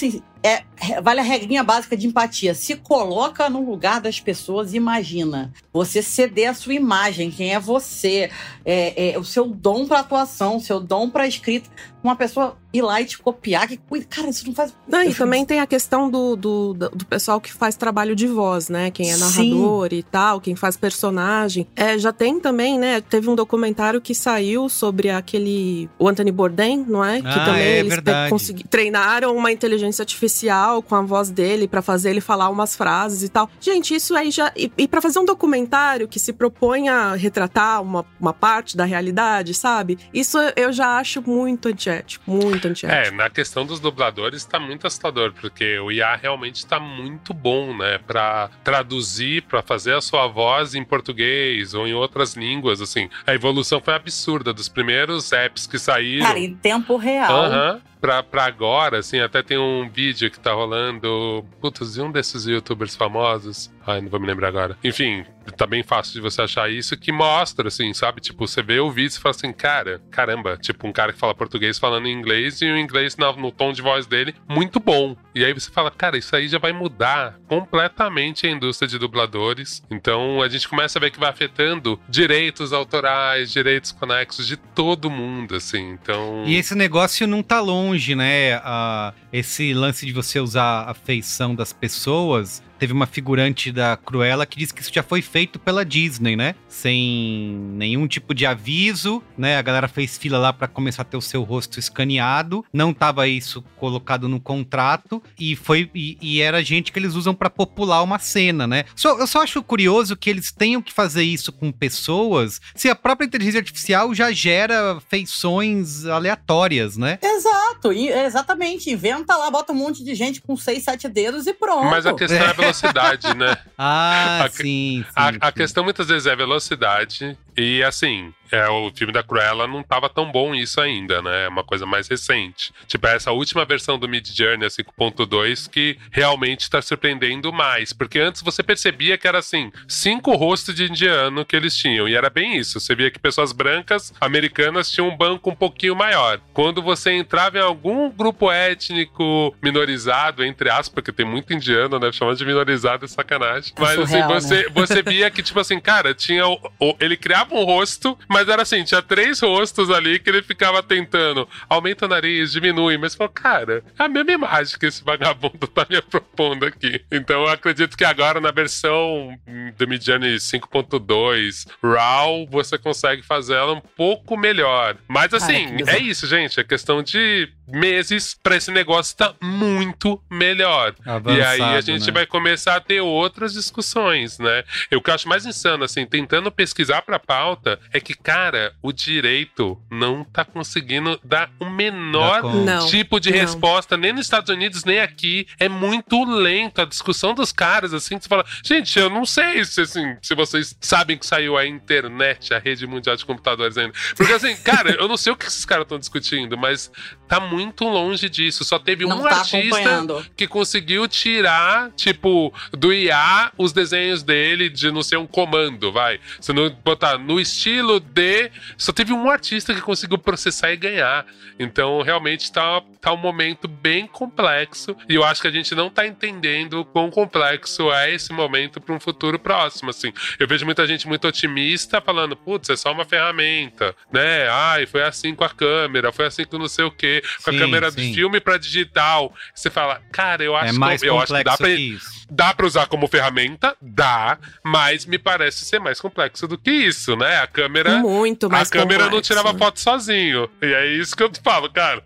é, vale a regrinha básica de empatia. Se coloca no lugar das pessoas, imagina. Você ceder a sua imagem, quem é você, é, é, o seu dom pra atuação, o seu dom pra escrita. Uma pessoa ir lá e te copiar, que cara, isso não faz... Não, e também tem a questão do, do, do pessoal que faz trabalho de voz, né? Quem é narrador Sim. e tal, quem faz personagem. É, já tem também, né? Teve um documentário que saiu sobre aquele... O Anthony Bourdain, não é? Que ah, também é, eles consegui, treinaram uma inteligência artificial com a voz dele pra fazer ele falar umas frases e tal. Gente, isso aí já... E, e pra fazer um documentário que se propõe a retratar uma, uma parte da realidade, sabe? Isso eu já acho muito antiético. Muito antiético. É, na questão dos dubladores tá muito assustador, porque o I A realmente tá muito bom, né, pra traduzir, pra fazer a sua voz em português ou em outras línguas, assim. A evolução foi absurda, dos primeiros apps que saíram. Cara, em tempo real. Aham. Uh-huh. Pra, pra agora, assim, até tem um vídeo que tá rolando, putz, de um desses youtubers famosos, ai, não vou me lembrar agora. Enfim, tá bem fácil de você achar isso, que mostra, assim, sabe? Tipo, você vê o vídeo e fala assim, cara, caramba, tipo, um cara que fala português falando inglês e o inglês no, no tom de voz dele, muito bom. E aí você fala, cara, isso aí já vai mudar completamente a indústria de dubladores. Então, a gente começa a ver que vai afetando direitos autorais, direitos conexos de todo mundo, assim, então... E esse negócio não tá longe, né? Uh, esse lance de você usar a feição das pessoas... Teve uma figurante da Cruella que disse que isso já foi feito pela Disney, né? Sem nenhum tipo de aviso, né? A galera fez fila lá pra começar a ter o seu rosto escaneado. Não tava isso colocado no contrato. E foi e, e era gente que eles usam pra popular uma cena, né? Só, eu só acho curioso que eles tenham que fazer isso com pessoas se a própria inteligência artificial já gera feições aleatórias, né? Exato, exatamente. Inventa lá, bota um monte de gente com seis, sete dedos e pronto. Mas a questão é, é velocidade, né? Ah, a, sim, sim, a, sim. A questão muitas vezes é velocidade e, assim, é, o filme da Cruella não tava tão bom isso ainda, né? É uma coisa mais recente. Tipo, essa última versão do Midjourney, a cinco ponto dois, que realmente tá surpreendendo mais. Porque antes você percebia que era, assim, cinco rostos de indiano que eles tinham. E era bem isso. Você via que pessoas brancas, americanas, tinham um banco um pouquinho maior. Quando você entrava em algum grupo étnico minorizado, entre aspas, porque tem muito indiano, né? Chamando de minorizado é sacanagem. É Mas, surreal, assim, você, né? você via que, tipo assim, cara, tinha... O, o, ele criava um rosto, mas era assim, tinha três rostos ali que ele ficava tentando. Aumenta o nariz, diminui. Mas falou, cara, é a mesma imagem que esse vagabundo tá me propondo aqui. Então eu acredito que agora na versão do Midjourney cinco ponto dois RAW, você consegue fazer ela um pouco melhor. Mas assim, Ai, é isso, gente. É questão de meses pra esse negócio estar tá muito melhor. Avançado, e aí a gente né? vai começar a ter outras discussões, né? Eu, o que eu acho mais insano, assim, tentando pesquisar pra pauta, é que, cara, o direito não tá conseguindo dar o menor não, tipo de não. resposta, nem nos Estados Unidos, nem aqui. É muito lento a discussão dos caras, assim, que você fala, gente, eu não sei se, assim, se vocês sabem que saiu a internet, a rede mundial de computadores ainda. Porque, assim, cara, eu não sei o que esses caras estão discutindo, mas tá muito longe disso. Só teve não um tá artista que conseguiu tirar, tipo, do I A os desenhos dele de não ser um comando, vai. Se não botar no estilo de... Só teve um artista que conseguiu processar e ganhar. Então, realmente, tá, tá um momento bem complexo. E eu acho que a gente não tá entendendo o quão complexo é esse momento para um futuro próximo, assim. Eu vejo muita gente muito otimista falando, putz, é só uma ferramenta, né? Ai, foi assim com a câmera, foi assim com não sei o quê, com sim, a câmera sim. de filme para digital. Você fala, cara, eu acho, é mais que, eu acho que dá pra, que isso. Dá pra usar como ferramenta? Dá, mas me parece ser mais complexo do que isso, né? A câmera... Muito mais A câmera complexo. não tirava foto sozinho. E é isso que eu te falo, cara.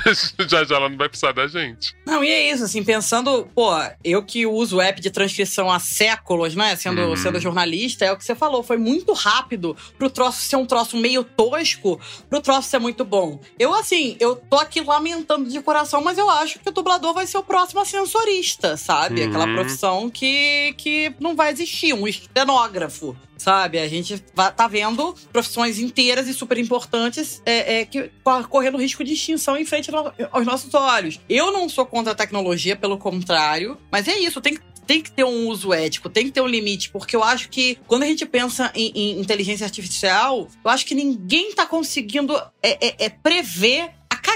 já já ela não vai precisar da gente. Não, e é isso, assim, pensando, pô, eu que uso o app de transcrição há séculos, né, sendo, uhum. sendo jornalista, é o que você falou, foi muito rápido pro troço ser um troço meio tosco, pro troço ser muito bom. Eu, assim, eu tô aqui lamentando de coração, mas eu acho que o dublador vai ser o próximo ascensorista, sabe? Uhum. Aquela profissão que, que não vai existir, um estenógrafo. Sabe, a gente tá vendo profissões inteiras e super importantes é, é, que correndo risco de extinção em frente aos nossos olhos. Eu não sou contra a tecnologia, pelo contrário, mas é isso, tem que Tem que ter um uso ético, tem que ter um limite, porque eu acho que quando a gente pensa em, em inteligência artificial, eu acho que ninguém tá conseguindo é, é, é prever a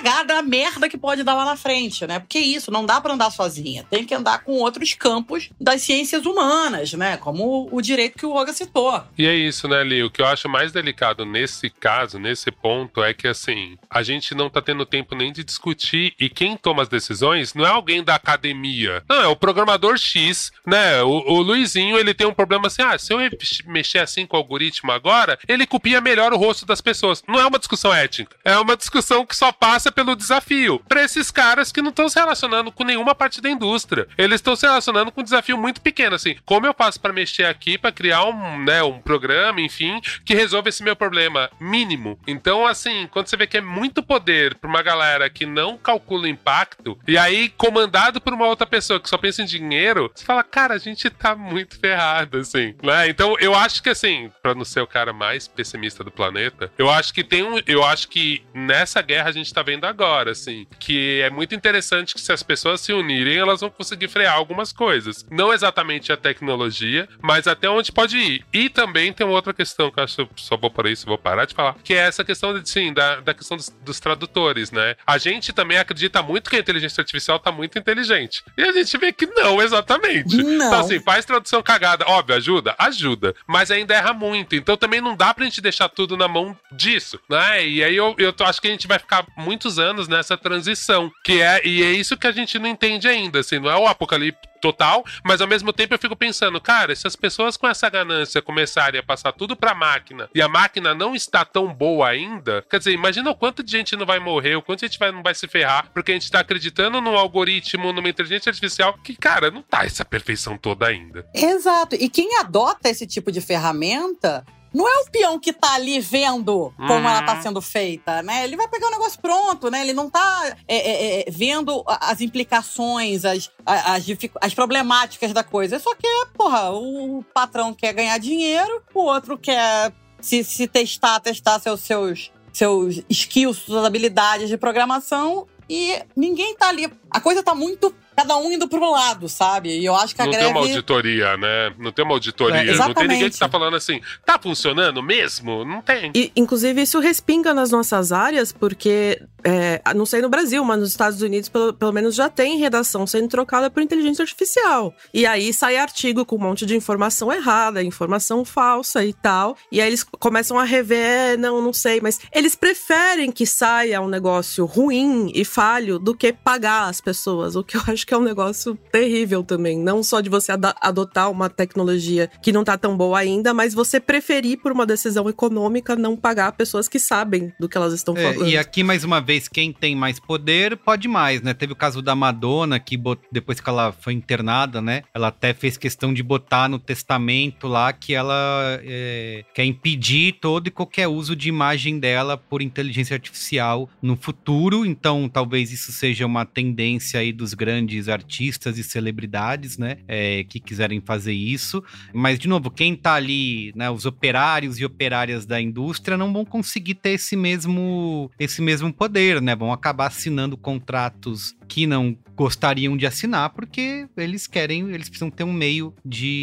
cagada, a merda que pode dar lá na frente, né? Porque isso, não dá pra andar sozinha. Tem que andar com outros campos das ciências humanas, né? Como o direito que o Olga citou. E é isso, né, Li? O que eu acho mais delicado nesse caso, nesse ponto, é que, assim, a gente não tá tendo tempo nem de discutir, e quem toma as decisões não é alguém da academia. Não, é o programador X, né? O, o Luizinho, ele tem um problema assim, ah, se eu mexer assim com o algoritmo agora, ele copia melhor o rosto das pessoas. Não é uma discussão ética. É uma discussão que só passa pelo desafio. Pra esses caras que não estão se relacionando com nenhuma parte da indústria. Eles estão se relacionando com um desafio muito pequeno, assim. Como eu faço pra mexer aqui, pra criar um, né, um programa, enfim, que resolva esse meu problema mínimo. Então, assim, quando você vê que é muito poder pra uma galera que não calcula o impacto, e aí comandado por uma outra pessoa que só pensa em dinheiro, você fala, cara, a gente tá muito ferrado, assim, né? Então, eu acho que, assim, pra não ser o cara mais pessimista do planeta, eu acho que tem um, eu acho que nessa guerra a gente tá vendo agora, assim, que é muito interessante que se as pessoas se unirem, elas vão conseguir frear algumas coisas. Não exatamente a tecnologia, mas até onde pode ir. E também tem uma outra questão que eu acho, só vou por isso, vou parar de falar, que é essa questão, de, sim, da, da questão dos, dos tradutores, né? A gente também acredita muito que a inteligência artificial tá muito inteligente. E a gente vê que não, exatamente. Não. Então, assim, faz tradução cagada. Óbvio, ajuda? Ajuda. Mas ainda erra muito. Então também não dá pra gente deixar tudo na mão disso, né? E aí eu, eu acho que a gente vai ficar muitos anos nessa transição, que é, e é isso que a gente não entende ainda, assim, não é o apocalipse total, mas ao mesmo tempo eu fico pensando, cara, se as pessoas com essa ganância começarem a passar tudo pra máquina, e a máquina não está tão boa ainda, quer dizer, imagina o quanto de gente não vai morrer, o quanto de gente vai, não vai se ferrar, porque a gente tá acreditando num algoritmo, numa inteligência artificial, que, cara, não tá essa perfeição toda ainda. Exato, e quem adota esse tipo de ferramenta não é o peão que tá ali vendo como uhum. ela tá sendo feita, né? Ele vai pegar o negócio pronto, né? Ele não tá é, é, é, vendo as implicações, as, as, as problemáticas da coisa. Só que, porra, o patrão quer ganhar dinheiro, o outro quer se, se testar, testar seus, seus, seus skills, suas habilidades de programação, e ninguém tá ali. A coisa tá muito... Cada um indo pro lado, sabe? E eu acho que a não greve... Não tem uma auditoria, né? Não tem uma auditoria. É, não tem ninguém que tá falando assim, tá funcionando mesmo? Não tem. E, inclusive, isso respinga nas nossas áreas, porque, é, não sei no Brasil, mas nos Estados Unidos, pelo, pelo menos, já tem redação sendo trocada por inteligência artificial. E aí sai artigo com um monte de informação errada, informação falsa e tal. E aí eles começam a rever, não, não sei, mas eles preferem que saia um negócio ruim e falho do que pagar as pessoas, o que eu acho que é um negócio terrível também. Não só de você ad- adotar uma tecnologia que não tá tão boa ainda, mas você preferir, por uma decisão econômica, não pagar pessoas que sabem do que elas estão é, falando. E aqui, mais uma vez, quem tem mais poder, pode mais, né? Teve o caso da Madonna, que bot... depois que ela foi internada, né? Ela até fez questão de botar no testamento lá que ela é, quer impedir todo e qualquer uso de imagem dela por inteligência artificial no futuro. Então, talvez isso seja uma tendência aí dos grandes artistas e celebridades, né, é, que quiserem fazer isso, mas de novo, quem tá ali, né, os operários e operárias da indústria não vão conseguir ter esse mesmo, esse mesmo poder, né, vão acabar assinando contratos que não gostariam de assinar, porque eles querem, eles precisam ter um meio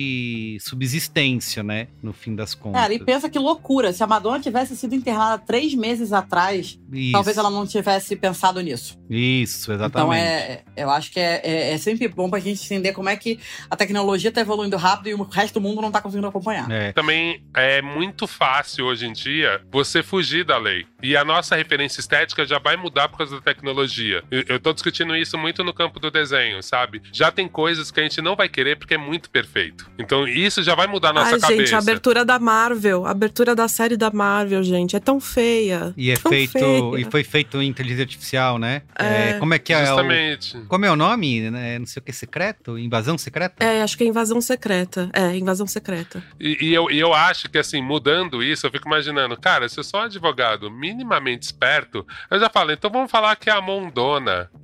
de subsistência, né, no fim das contas. Cara, e pensa que loucura, se a Madonna tivesse sido internada três meses atrás, isso. Talvez ela não tivesse pensado nisso. Isso, exatamente. Então, é, eu acho que é, é, é sempre bom pra gente entender como é que a tecnologia tá evoluindo rápido e o resto do mundo não tá conseguindo acompanhar. É. Também é muito fácil, hoje em dia, você fugir da lei. E a nossa referência estética já vai mudar por causa da tecnologia. Eu, eu tô discutindo isso muito no campo do desenho, sabe? Já tem coisas que a gente não vai querer porque é muito perfeito. Então isso já vai mudar a nossa Ai, cabeça. Gente, a abertura da Marvel, a abertura da série da Marvel, gente, é tão feia. E é tão feito, feia. e foi feito em inteligência artificial, né? É, é, como é que é? Justamente. O, como é o nome? Né? Não sei o que, secreto? Invasão secreta? É, acho que é invasão secreta. É, invasão secreta. E, e, eu, e eu acho que, assim, mudando isso, eu fico imaginando, cara, se eu sou um advogado minimamente esperto, eu já falo, então vamos falar que é a Mondona. E bota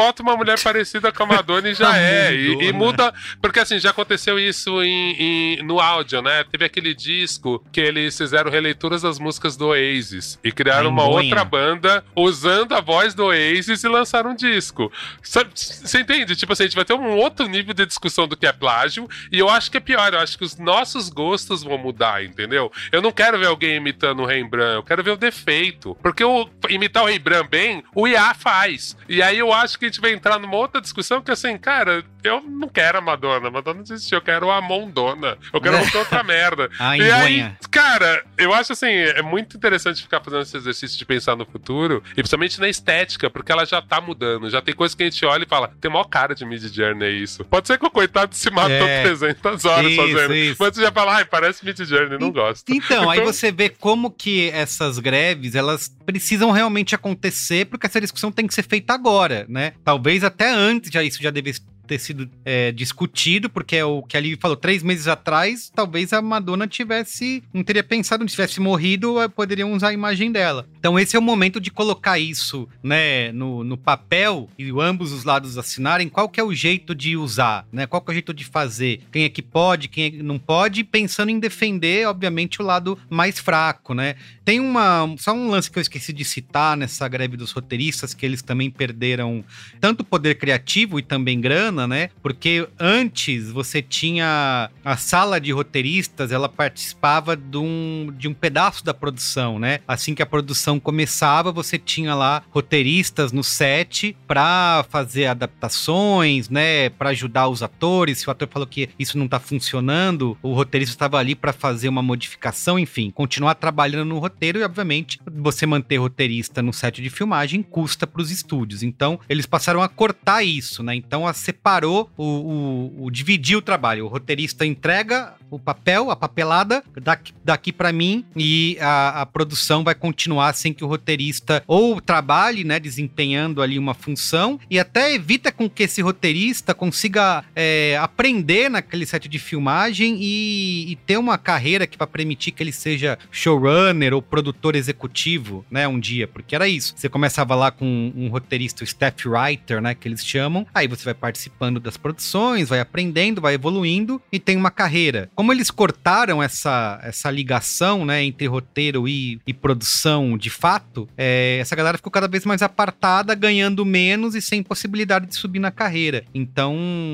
bota uma mulher parecida com a Madonna e já é. E, e muda, porque assim, já aconteceu isso em, em, no áudio, né? Teve aquele disco que eles fizeram releituras das músicas do Oasis e criaram uma outra banda usando a voz do Oasis e lançaram um disco. Você entende? Tipo assim, a gente vai ter um outro nível de discussão do que é plágio, e eu acho que é pior, eu acho que os nossos gostos vão mudar, entendeu? Eu não quero ver alguém imitando o Rembrandt, eu quero ver o defeito. Porque o, imitar o Rembrandt bem, o I A faz. E aí eu acho que a gente vai entrar numa outra discussão que assim, cara, eu não quero a Madonna, a Madonna não existiu, eu quero a Mondona, eu quero outra, outra merda. Ah, e aí, cara, eu acho assim, é muito interessante ficar fazendo esse exercício de pensar no futuro, e principalmente na estética, porque ela já tá mudando, já tem coisa que a gente olha e fala, tem maior cara de Midjourney isso. Pode ser que o coitado se matou é, trezentas horas isso, fazendo, isso. Mas você já fala, ai, parece Midjourney, não e, gosto. Então, então, aí você vê como que essas greves, elas precisam realmente acontecer, porque essa discussão tem que ser feita agora, né? Talvez até antes já isso já devesse ter sido é, discutido, porque é o que a Liv falou, três meses atrás, talvez a Madonna tivesse, não teria pensado, não tivesse morrido, poderiam usar a imagem dela. Então esse é o momento de colocar isso, né, no, no papel, e ambos os lados assinarem, qual que é o jeito de usar, né, qual que é o jeito de fazer, quem é que pode, quem é que não pode, pensando em defender, obviamente, o lado mais fraco, né. Tem uma, só um lance que eu esqueci de citar nessa greve dos roteiristas, que eles também perderam tanto poder criativo e também grana, né? Porque antes você tinha a sala de roteiristas, ela participava de um, de um pedaço da produção, né? Assim que a produção começava, você tinha lá roteiristas no set pra fazer adaptações, né? Pra ajudar os atores. Se o ator falou que isso não tá funcionando, o roteirista estava ali pra fazer uma modificação, enfim, continuar trabalhando no roteiro, e obviamente você manter roteirista no set de filmagem custa pros estúdios. Então, eles passaram a cortar isso, né? Então, a separar Parou o, o, o dividir o trabalho. O roteirista entrega o papel, a papelada, daqui, daqui para mim, e a, a produção vai continuar sem que o roteirista ou trabalhe, né, desempenhando ali uma função, e até evita com que esse roteirista consiga é, aprender naquele set de filmagem e, e ter uma carreira que vai permitir que ele seja showrunner ou produtor executivo, né, um dia, porque era isso. Você começava lá com um, um roteirista, o staff writer, né, que eles chamam, aí você vai participando das produções, vai aprendendo, vai evoluindo e tem uma carreira. Como eles cortaram essa, essa ligação, né, entre roteiro e, e produção de fato, é, essa galera ficou cada vez mais apartada, ganhando menos e sem possibilidade de subir na carreira. Então,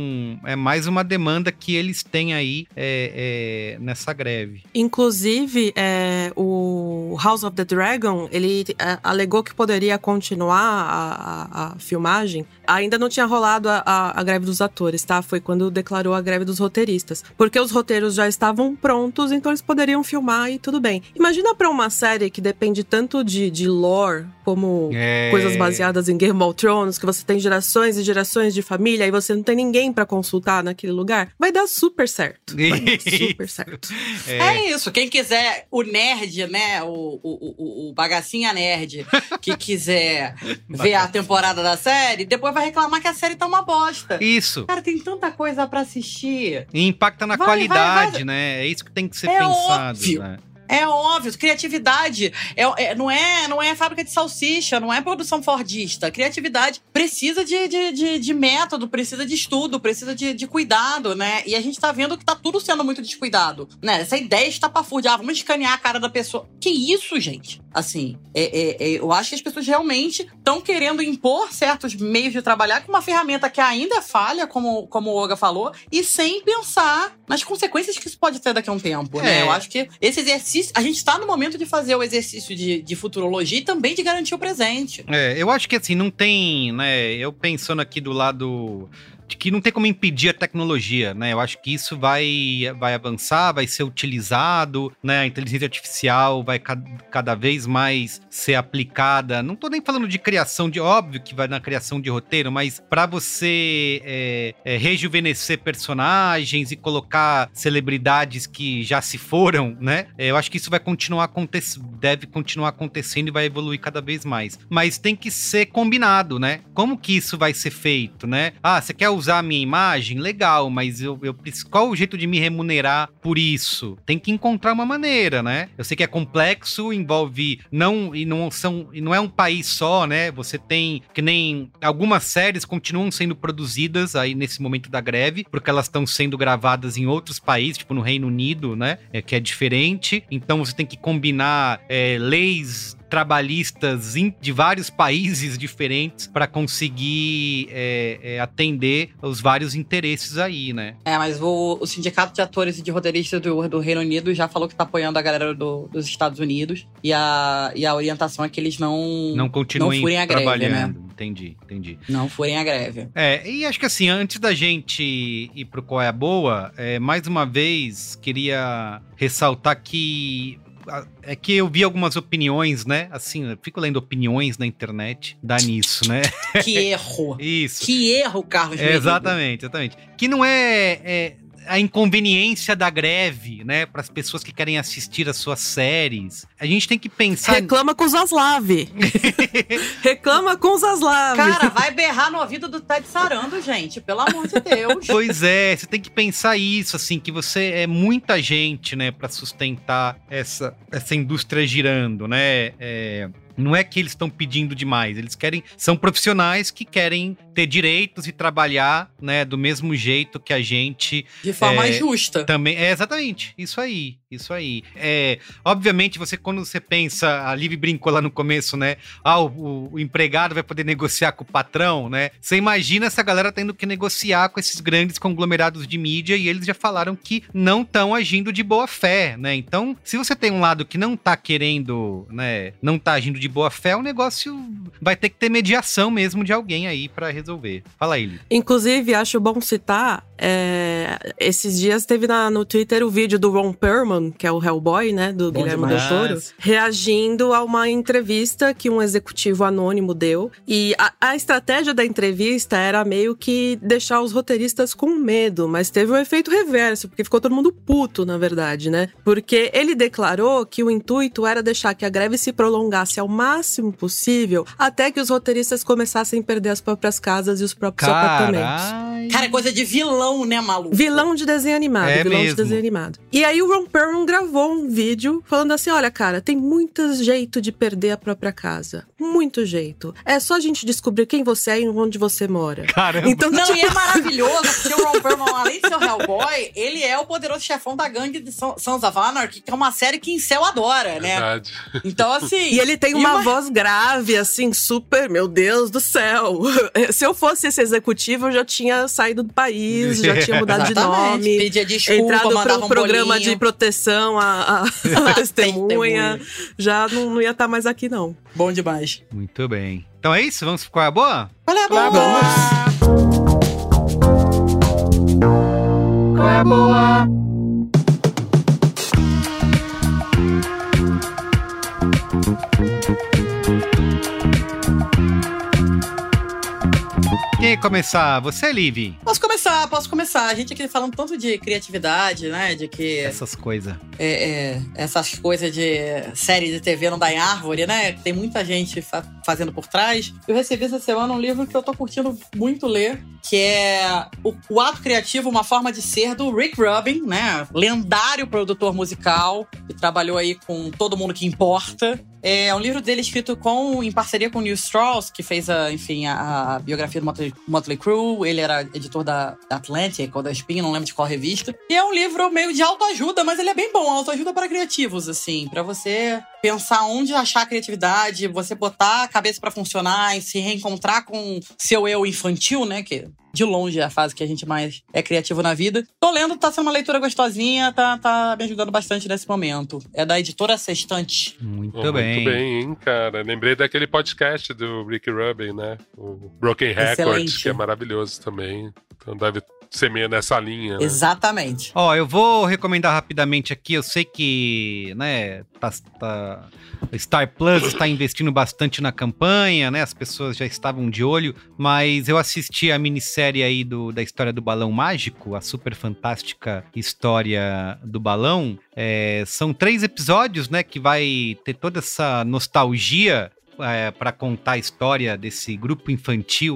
é mais uma demanda que eles têm aí é, é, nessa greve. Inclusive, é, o House of the Dragon, ele é, alegou que poderia continuar a, a, a filmagem. Ainda não tinha rolado a, a, a greve dos atores, tá? Foi quando declarou a greve dos roteiristas. Porque os roteiros já estavam prontos, então eles poderiam filmar e tudo bem. Imagina pra uma série que depende tanto de, de lore, como é... coisas baseadas em Game of Thrones, que você tem gerações e gerações de família e você não tem ninguém pra consultar naquele lugar, vai dar super certo. Vai dar super certo. É. é isso, quem quiser, o nerd, né, o, o, o, o bagacinha nerd, que quiser ver a temporada da série, depois vai reclamar que a série tá uma bosta. Isso. Cara, tem tanta coisa pra assistir. E impacta na vai, qualidade, vai, vai. né? É isso que tem que ser é pensado, óbvio. né? É óbvio, criatividade é, é, não, é, não é fábrica de salsicha, não é produção fordista. Criatividade precisa de, de, de, de método, precisa de estudo, precisa de, de cuidado, né? E a gente tá vendo que tá tudo sendo muito descuidado, né? Essa ideia estapafúrdia, ah, vamos escanear a cara da pessoa. Que isso, gente? Assim, é, é, é, eu acho que as pessoas realmente estão querendo impor certos meios de trabalhar com uma ferramenta que ainda falha, como, como o Olga falou, e sem pensar nas consequências que isso pode ter daqui a um tempo, é. né? Eu acho que esse exercício, a gente tá no momento de fazer o exercício de, de futurologia e também de garantir o presente. É, eu acho que assim, não tem, né, eu pensando aqui do lado de que não tem como impedir a tecnologia, né? Eu acho que isso vai, vai avançar, vai ser utilizado, né? A inteligência artificial vai ca- cada vez mais ser aplicada. Não tô nem falando de criação de... Óbvio que vai na criação de roteiro, mas para você é, é, rejuvenescer personagens e colocar celebridades que já se foram, né? É, eu acho que isso vai continuar acontecendo, deve continuar acontecendo e vai evoluir cada vez mais. Mas tem que ser combinado, né? Como que isso vai ser feito, né? Ah, você quer usar a minha imagem? Legal, mas eu, eu qual o jeito de me remunerar por isso? Tem que encontrar uma maneira, né? Eu sei que é complexo, envolve não e não são e não é um país só, né? Você tem que nem algumas séries continuam sendo produzidas aí nesse momento da greve, porque elas estão sendo gravadas em outros países, tipo no Reino Unido, né? É, que é diferente. Então você tem que combinar é, leis trabalhistas de vários países diferentes para conseguir é, é, atender os vários interesses aí, né? É, mas o, o Sindicato de Atores e de Roteiristas do, do Reino Unido já falou que tá apoiando a galera do, dos Estados Unidos e a, e a orientação é que eles não não continuem não furem a greve, trabalhando. Né? Entendi, entendi. Não furem a greve. É, e acho que assim, antes da gente ir pro Qual é a Boa, é, mais uma vez, queria ressaltar que é que eu vi algumas opiniões, né? Assim, eu fico lendo opiniões na internet, dá nisso, né? Que erro! Isso. Que erro, Carlos. É, exatamente, exatamente. Que não é, é a inconveniência da greve, né? Para as pessoas que querem assistir as suas séries. A gente tem que pensar... Reclama com os Zaslav. Reclama com os Zaslav. Cara, vai berrar no ouvido do Ted Sarandos, gente. Pelo amor de Deus. Pois é, você tem que pensar isso, assim, que você é muita gente, né? Para sustentar essa, essa indústria girando, né? É... Não é que eles estão pedindo demais, eles querem, são profissionais que querem ter direitos e trabalhar, né, do mesmo jeito que a gente... De forma é, justa. Também, é exatamente, isso aí, isso aí. É, obviamente, você quando você pensa, a Liv brincou lá no começo, né, ah, o, o empregado vai poder negociar com o patrão, né, você imagina essa galera tendo que negociar com esses grandes conglomerados de mídia e eles já falaram que não estão agindo de boa fé, né, então, se você tem um lado que não tá querendo, né, não tá agindo de de boa fé, o negócio vai ter que ter mediação mesmo de alguém aí pra resolver. Fala aí, Lili. Inclusive, acho bom citar, é, esses dias teve na, no Twitter o vídeo do Ron Perlman, que é o Hellboy, né, do bom Guilherme Del Toro, reagindo a uma entrevista que um executivo anônimo deu. E a, a estratégia da entrevista era meio que deixar os roteiristas com medo, mas teve um efeito reverso, porque ficou todo mundo puto, na verdade, né? Porque ele declarou que o intuito era deixar que a greve se prolongasse ao máximo possível, até que os roteiristas começassem a perder as próprias casas e os próprios Carai. apartamentos. Cara, é coisa de vilão, né, maluco? Vilão de desenho animado, é vilão mesmo. de desenho animado. E aí o Ron Perlman gravou um vídeo falando assim, olha, cara, tem muito jeito de perder a própria casa. Muito jeito. É só a gente descobrir quem você é e onde você mora. Caramba. Então, Não, tipo... e é maravilhoso, porque o Ron Perlman, além de ser o Hellboy, ele é o poderoso chefão da gangue de Sons of Anarchy, que é uma série que Incel adora, né? Verdade. Então, assim... E ele tem uma, uma voz grave, assim, super, meu Deus do céu. Se eu fosse esse executivo, eu já tinha saído do país, já tinha mudado de nome. Pedia desculpa, entrado para um um programa bolinho. de proteção à, à testemunha. Já não, não ia estar mais aqui, não. Bom demais. Muito bem. Então é isso? Vamos ficar a boa? Qual é a boa? Qual é a boa? Quem ia começar? Você, Liv? Posso começar, posso começar. A gente aqui falando tanto de criatividade, né? De que... Essas coisas. É, é, essas coisas de série de T V não dá em árvore, né? Tem muita gente fa- fazendo por trás. Eu recebi essa semana um livro que eu tô curtindo muito ler, que é o, o Ato Criativo, Uma Forma de Ser, do Rick Rubin, né? Lendário produtor musical, que trabalhou aí com Todo Mundo que Importa. É um livro dele escrito com, em parceria com o Neil Strauss, que fez, a, enfim, a, a biografia do Motley, Motley Crue. Ele era editor da, da Atlantic ou da Spin, não lembro de qual revista. E é um livro meio de autoajuda, mas ele é bem bom. Autoajuda para criativos, assim. Para você pensar onde achar a criatividade, você botar a cabeça para funcionar e se reencontrar com seu eu infantil, né? Que de longe é a fase que a gente mais é criativo na vida. Tô lendo, tá sendo uma leitura gostosinha, tá, tá me ajudando bastante nesse momento. É da editora Sextante. Muito Oh, bem. Muito bem, hein, cara. Lembrei daquele podcast do Rick Rubin, né? O Broken Records, Excelente. que é maravilhoso também. Então deve ser meio nessa linha, né? Exatamente. Ó, eu vou recomendar rapidamente aqui. Eu sei que, né, tá, tá, Star Plus está investindo bastante na campanha, né? As pessoas já estavam de olho, mas eu assisti a minissérie aí do, da história do Balão Mágico, a super fantástica história do balão. É, são três episódios, né, que vai ter toda essa nostalgia É, para contar a história desse grupo infantil aí,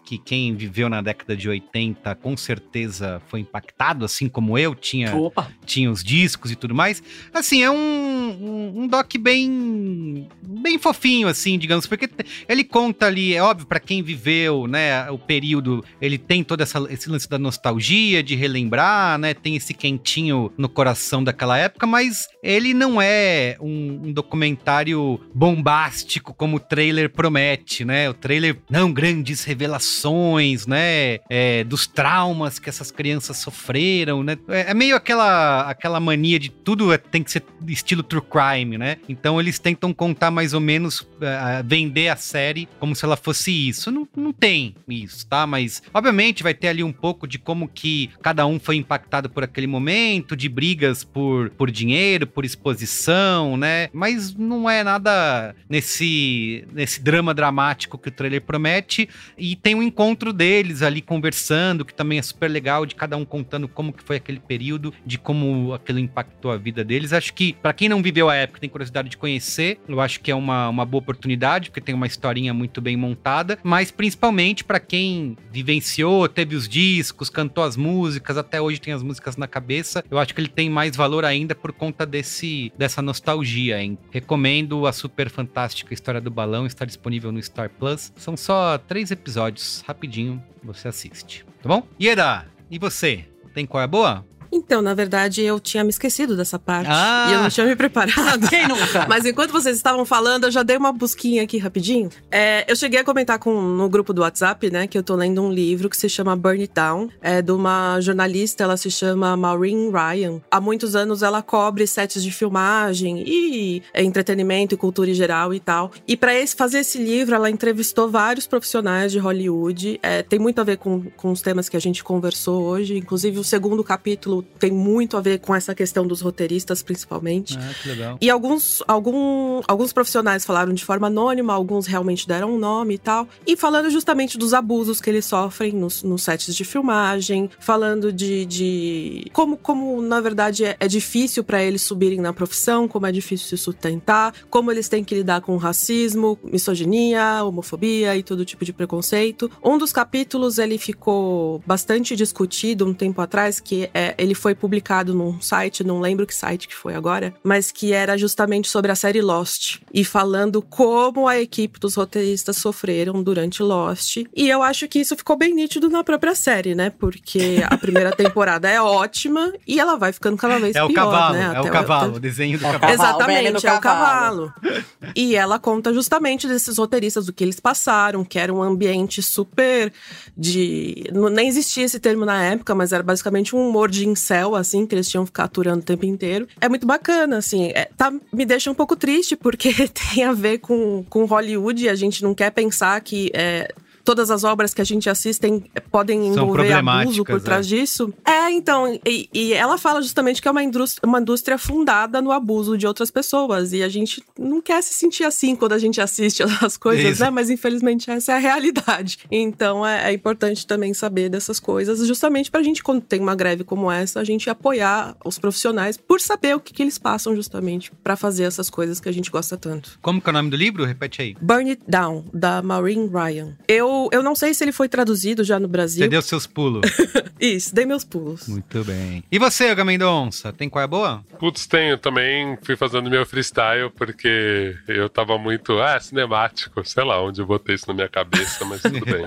que quem viveu na década de oitenta com certeza foi impactado, assim como eu, tinha, tinha os discos e tudo mais. Assim, é um, um, um doc bem, bem fofinho, assim, digamos, porque ele conta ali, é óbvio, pra quem viveu, né, o período, ele tem todo essa, esse lance da nostalgia, de relembrar, né, tem esse quentinho no coração daquela época, mas ele não é um, um documentário bombástico como o trailer promete, né, o trailer, não, grandes revelações, né, é, dos traumas que essas crianças sofreram, né, é, é meio aquela, aquela mania de tudo tem que ser estilo true crime, né, então eles tentam contar mais ou menos, uh, vender a série como se ela fosse isso, não, não tem isso, tá, mas obviamente vai ter ali um pouco de como que cada um foi impactado por aquele momento, de brigas por, por dinheiro, por exposição, né, mas não é nada nesse, nesse drama dramático que o trailer promete, e tem um encontro deles ali conversando, que também é super legal, de cada um contando como que foi aquele período, de como aquilo impactou a vida deles. Acho que, pra quem não viveu a época, tem curiosidade de conhecer, eu acho que é uma, uma boa oportunidade, porque tem uma historinha muito bem montada, mas principalmente pra quem vivenciou, teve os discos, cantou as músicas, até hoje tem as músicas na cabeça, eu acho que ele tem mais valor ainda por conta desse, dessa nostalgia, hein? Recomendo a super fantástica História do Balão, está disponível no Star Plus. São só três episódios, rapidinho você assiste, tá bom? Ieda, e você? Tem qual é boa? Então, na verdade, eu tinha me esquecido dessa parte. Ah. E eu não tinha me preparado. Quem nunca? Mas enquanto vocês estavam falando, eu já dei uma busquinha aqui rapidinho. É, eu cheguei a comentar com, no grupo do WhatsApp, né, que eu tô lendo um livro que se chama Burn It Down. É de uma jornalista, ela se chama Maureen Ryan. Há muitos anos ela cobre sets de filmagem e é, entretenimento e cultura em geral e tal. E pra esse, fazer esse livro, ela entrevistou vários profissionais de Hollywood. É, tem muito a ver com, com os temas que a gente conversou hoje. Inclusive, o segundo capítulo tem muito a ver com essa questão dos roteiristas, principalmente. Ah, que legal. E alguns, algum, alguns profissionais falaram de forma anônima, alguns realmente deram um nome e tal. E falando justamente dos abusos que eles sofrem nos, nos sets de filmagem, falando de, de como, como, na verdade, é, é difícil para eles subirem na profissão, como é difícil se sustentar, como eles têm que lidar com racismo, misoginia, homofobia e todo tipo de preconceito. Um dos capítulos, ele ficou bastante discutido um tempo atrás, que é, ele foi publicado num site, não lembro que site que foi agora, mas que era justamente sobre a série Lost, e falando como a equipe dos roteiristas sofreram durante Lost. E eu acho que isso ficou bem nítido na própria série, né? Porque a primeira temporada é ótima e ela vai ficando cada vez é pior, o cavalo, né? É Até o cavalo, o, o desenho do cavalo. Exatamente, o é o cavalo. E ela conta justamente desses roteiristas, do que eles passaram, que era um ambiente super de... Nem existia esse termo na época, mas era basicamente um humor de incel, assim, que eles tinham que ficar aturando o tempo inteiro. É muito bacana, assim. É, tá, me deixa um pouco triste, porque tem a ver com, com Hollywood, e a gente não quer pensar que... É, todas as obras que a gente assiste podem envolver abuso por trás é. disso. É, então, e, e ela fala justamente que é uma indústria, uma indústria fundada no abuso de outras pessoas, e a gente não quer se sentir assim quando a gente assiste as coisas, Isso. né? Mas infelizmente essa é a realidade. Então é, é importante também saber dessas coisas, justamente pra gente, quando tem uma greve como essa, a gente apoiar os profissionais por saber o que, que eles passam justamente pra fazer essas coisas que a gente gosta tanto. Como que é o nome do livro? Repete aí. Burn It Down, da Maureen Ryan. Eu Eu não sei se ele foi traduzido já no Brasil. Você deu seus pulos. Isso, dei meus pulos. Muito bem. E você, Yoga Mendonça, tem qual é boa? Putz, tenho também. Fui fazendo meu freestyle porque eu tava muito, ah, cinemático. Sei lá onde eu botei isso na minha cabeça, mas tudo bem.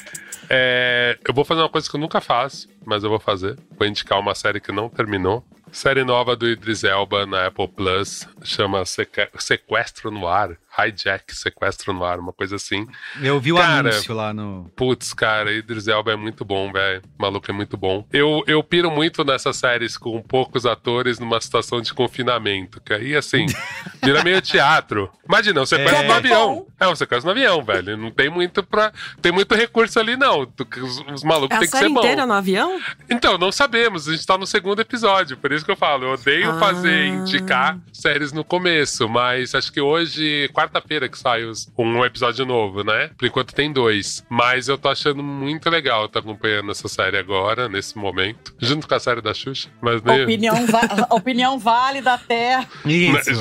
É, eu vou fazer uma coisa que eu nunca faço, mas eu vou fazer. Vou indicar uma série que não terminou. Série nova do Idris Elba na Apple Plus, chama Seque- Sequestro no Ar. Hijack, Sequestro no Ar, uma coisa assim. Eu vi o cara, anúncio lá no... Putz, cara, Idris Elba é muito bom, velho. O maluco é muito bom. Eu, eu piro muito nessas séries com poucos atores numa situação de confinamento, que aí, assim, vira meio teatro. Imagina, um sequestro É. no avião. É um sequestro no avião, velho. Não tem muito pra... Tem muito recurso ali, não. Os, os malucos É tem a que ser série bom. inteira no avião? Então, não sabemos. A gente tá no segundo episódio. Por isso que eu falo. Eu odeio Ah. fazer, indicar séries no começo. Mas acho que hoje, quarta-feira que sai os- um episódio novo, né? Por enquanto tem dois. Mas eu tô achando muito legal estar acompanhando essa série agora, nesse momento. Junto com a série da Xuxa. Mas nem... Opinião, va- opinião válida até... Isso, Justamente. até o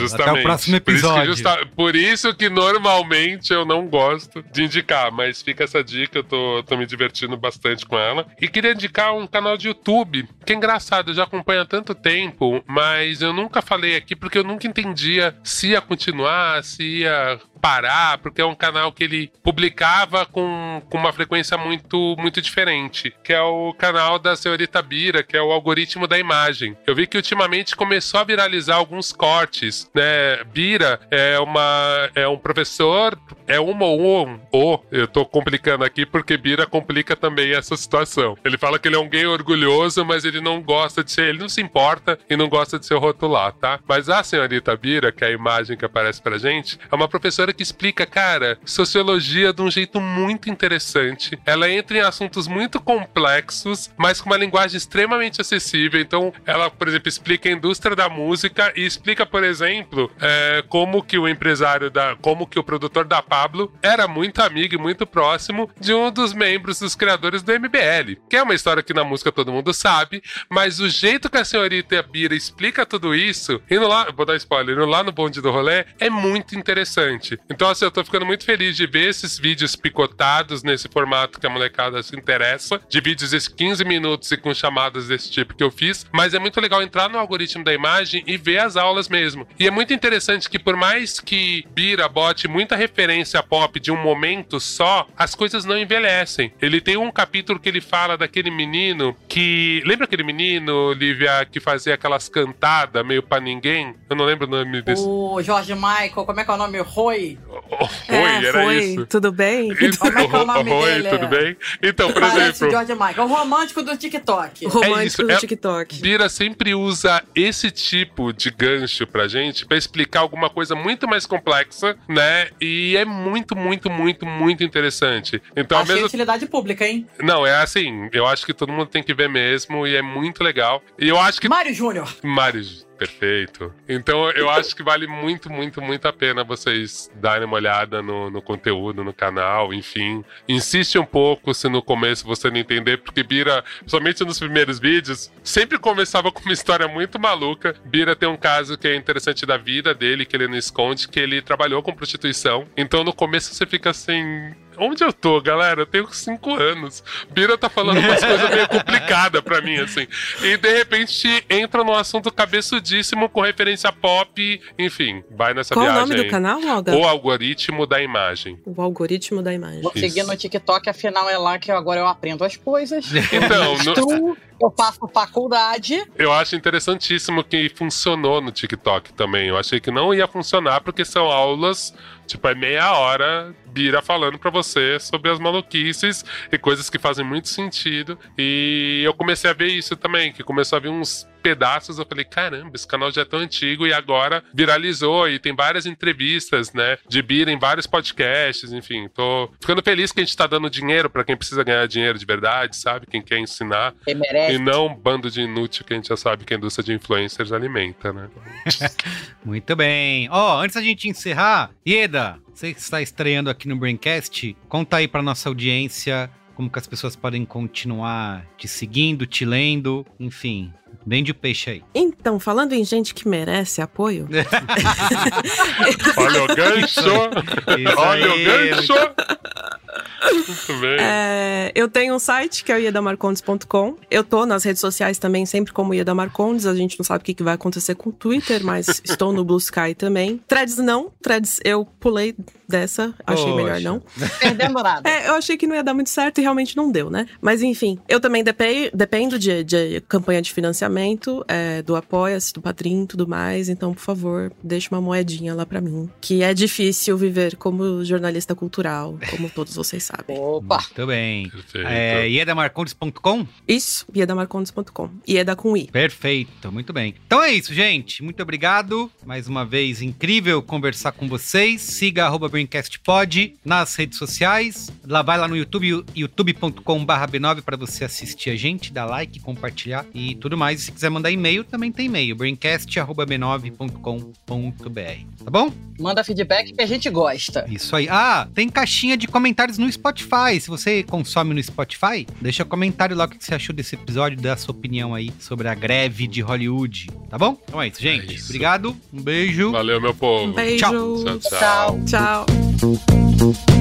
próximo episódio. Por isso, justa, por isso que normalmente eu não gosto de indicar, mas fica essa dica, eu tô, tô me divertindo bastante com ela. E queria indicar um canal de YouTube, que é engraçado, eu já acompanho há tanto tempo, mas eu nunca falei aqui porque eu nunca entendia se ia continuar, se ia parar, porque é um canal que ele publicava com, com uma frequência muito, muito diferente, que é o canal da senhorita Bira, que é o Algoritmo da Imagem. Eu vi que ultimamente começou a viralizar alguns cortes, né? Bira é, uma, é um professor, é uma ou um, ou, eu tô complicando aqui porque Bira complica também essa situação. Ele fala que ele é um gay orgulhoso, mas ele não gosta de ser, ele não se importa e não gosta de ser rotular, tá? Mas a senhorita Bira, que é a imagem que aparece pra gente, é uma professora que explica, cara, sociologia de um jeito muito interessante. Ela entra em assuntos muito complexos, mas com uma linguagem extremamente acessível. Então, ela, por exemplo, explica a indústria da música e explica, por exemplo, é, como que o empresário da, como que o produtor da Pablo era muito amigo e muito próximo de um dos membros dos criadores do M B L, que é uma história que na música todo mundo sabe, mas o jeito que a senhorita Bira explica tudo isso, indo lá, vou dar spoiler, indo lá no bonde do rolê, é muito interessante. Então, assim, eu tô ficando muito feliz de ver esses vídeos picotados nesse formato que a molecada se interessa, de vídeos de quinze minutos e com chamadas desse tipo que eu fiz, mas é muito legal entrar no Algoritmo da Imagem e ver as aulas mesmo. E é muito interessante que por mais que Bira bote muita referência pop de um momento só, as coisas não envelhecem. Ele tem um capítulo que ele fala daquele menino que... Lembra aquele menino, Lívia, que fazia aquelas cantadas meio pra ninguém? Eu não lembro o nome desse. O George Michael, como é que é o nome? Roy? Oi, é, era foi. isso. Tudo bem? Então, como é que é o nome Oi, dele? tudo bem? Então, por Parece exemplo... George Michael, o romântico do TikTok. O romântico é isso, do é, TikTok. Bira sempre usa esse tipo de gancho pra gente, pra explicar alguma coisa muito mais complexa, né? E é muito, muito, muito, muito interessante. Então, Achei mesmo... utilidade pública, hein? Não, é assim, eu acho que todo mundo tem que ver mesmo e é muito legal. E eu acho que... Mário Júnior. Mário, perfeito. Então eu acho que vale muito, muito, muito a pena vocês darem uma olhada no, no conteúdo, no canal, enfim. Insiste um pouco se no começo você não entender, porque Bira, somente nos primeiros vídeos, sempre começava com uma história muito maluca. Bira tem um caso que é interessante da vida dele, que ele não esconde, que ele trabalhou com prostituição. Então no começo você fica assim... Onde eu tô, galera? Eu tenho cinco anos. Bira tá falando umas coisas meio complicadas pra mim, assim. E de repente entra num assunto cabeçudíssimo com referência pop. Enfim, vai nessa Qual viagem. Qual o nome aí. do canal, Olga? O Algoritmo da Imagem. O Algoritmo da Imagem. Vou seguir no TikTok, afinal é lá que agora eu aprendo as coisas. Então, eu, no... eu faço faculdade. Eu acho interessantíssimo que funcionou no TikTok também. Eu achei que não ia funcionar porque são aulas, tipo, é meia hora Bira falando pra você sobre as maluquices e coisas que fazem muito sentido. E eu comecei a ver isso também, que começou a vir uns pedaços, eu falei, caramba, esse canal já é tão antigo e agora viralizou e tem várias entrevistas, né, de Bira em vários podcasts, enfim, tô ficando feliz que a gente tá dando dinheiro pra quem precisa ganhar dinheiro de verdade, sabe, quem quer ensinar, quem merece. E não um bando de inútil que a gente já sabe que a indústria de influencers alimenta, né. Muito bem. Ó, oh, antes da gente encerrar, Ieda, você que está estreando aqui no Braincast, conta aí pra nossa audiência como que as pessoas podem continuar te seguindo, te lendo, enfim, vende o peixe aí. Então, falando em gente que merece apoio... Olha o gancho! Olha o gancho! Muito bem. É, eu tenho um site que é o ieda marcondes ponto com. Eu tô nas redes sociais também, sempre como Ieda Marcondes. A gente não sabe o que, que vai acontecer com o Twitter, mas estou no Blue Sky também. Threads não. Threads eu pulei dessa, achei Poxa. melhor não. Perdendo nada. É, eu achei que não ia dar muito certo e realmente não deu, né? Mas enfim, eu também dependo, dependo de, de campanha de financiamento, é, do Apoia-se, do Padrim e tudo mais. Então, por favor, deixa uma moedinha lá pra mim. Que é difícil viver como jornalista cultural, como todos vocês sabem. Opa! Muito bem. É, ieda marcondes ponto com? Isso, ieda marcondes ponto com. Ieda com I. Perfeito, muito bem. Então é isso, gente. Muito obrigado. Mais uma vez, incrível conversar com vocês. Siga arroba Braincast Pod nas redes sociais. Lá vai lá no YouTube, youtube ponto com barra B nove para você assistir a gente, dar like, compartilhar e tudo mais. E se quiser mandar e-mail, também tem e-mail, braincast arroba b nove ponto com ponto b r. Tá bom? Manda feedback que a gente gosta. Isso aí. Ah, tem caixinha de comentários no Spotify. Se você consome no Spotify, deixa comentário lá o que você achou desse episódio, dá a sua opinião aí sobre a greve de Hollywood. Tá bom? Então é isso, gente. É isso. Obrigado. Um beijo. Valeu, meu povo. Um beijo. Tchau. Tchau. Tchau. Tchau.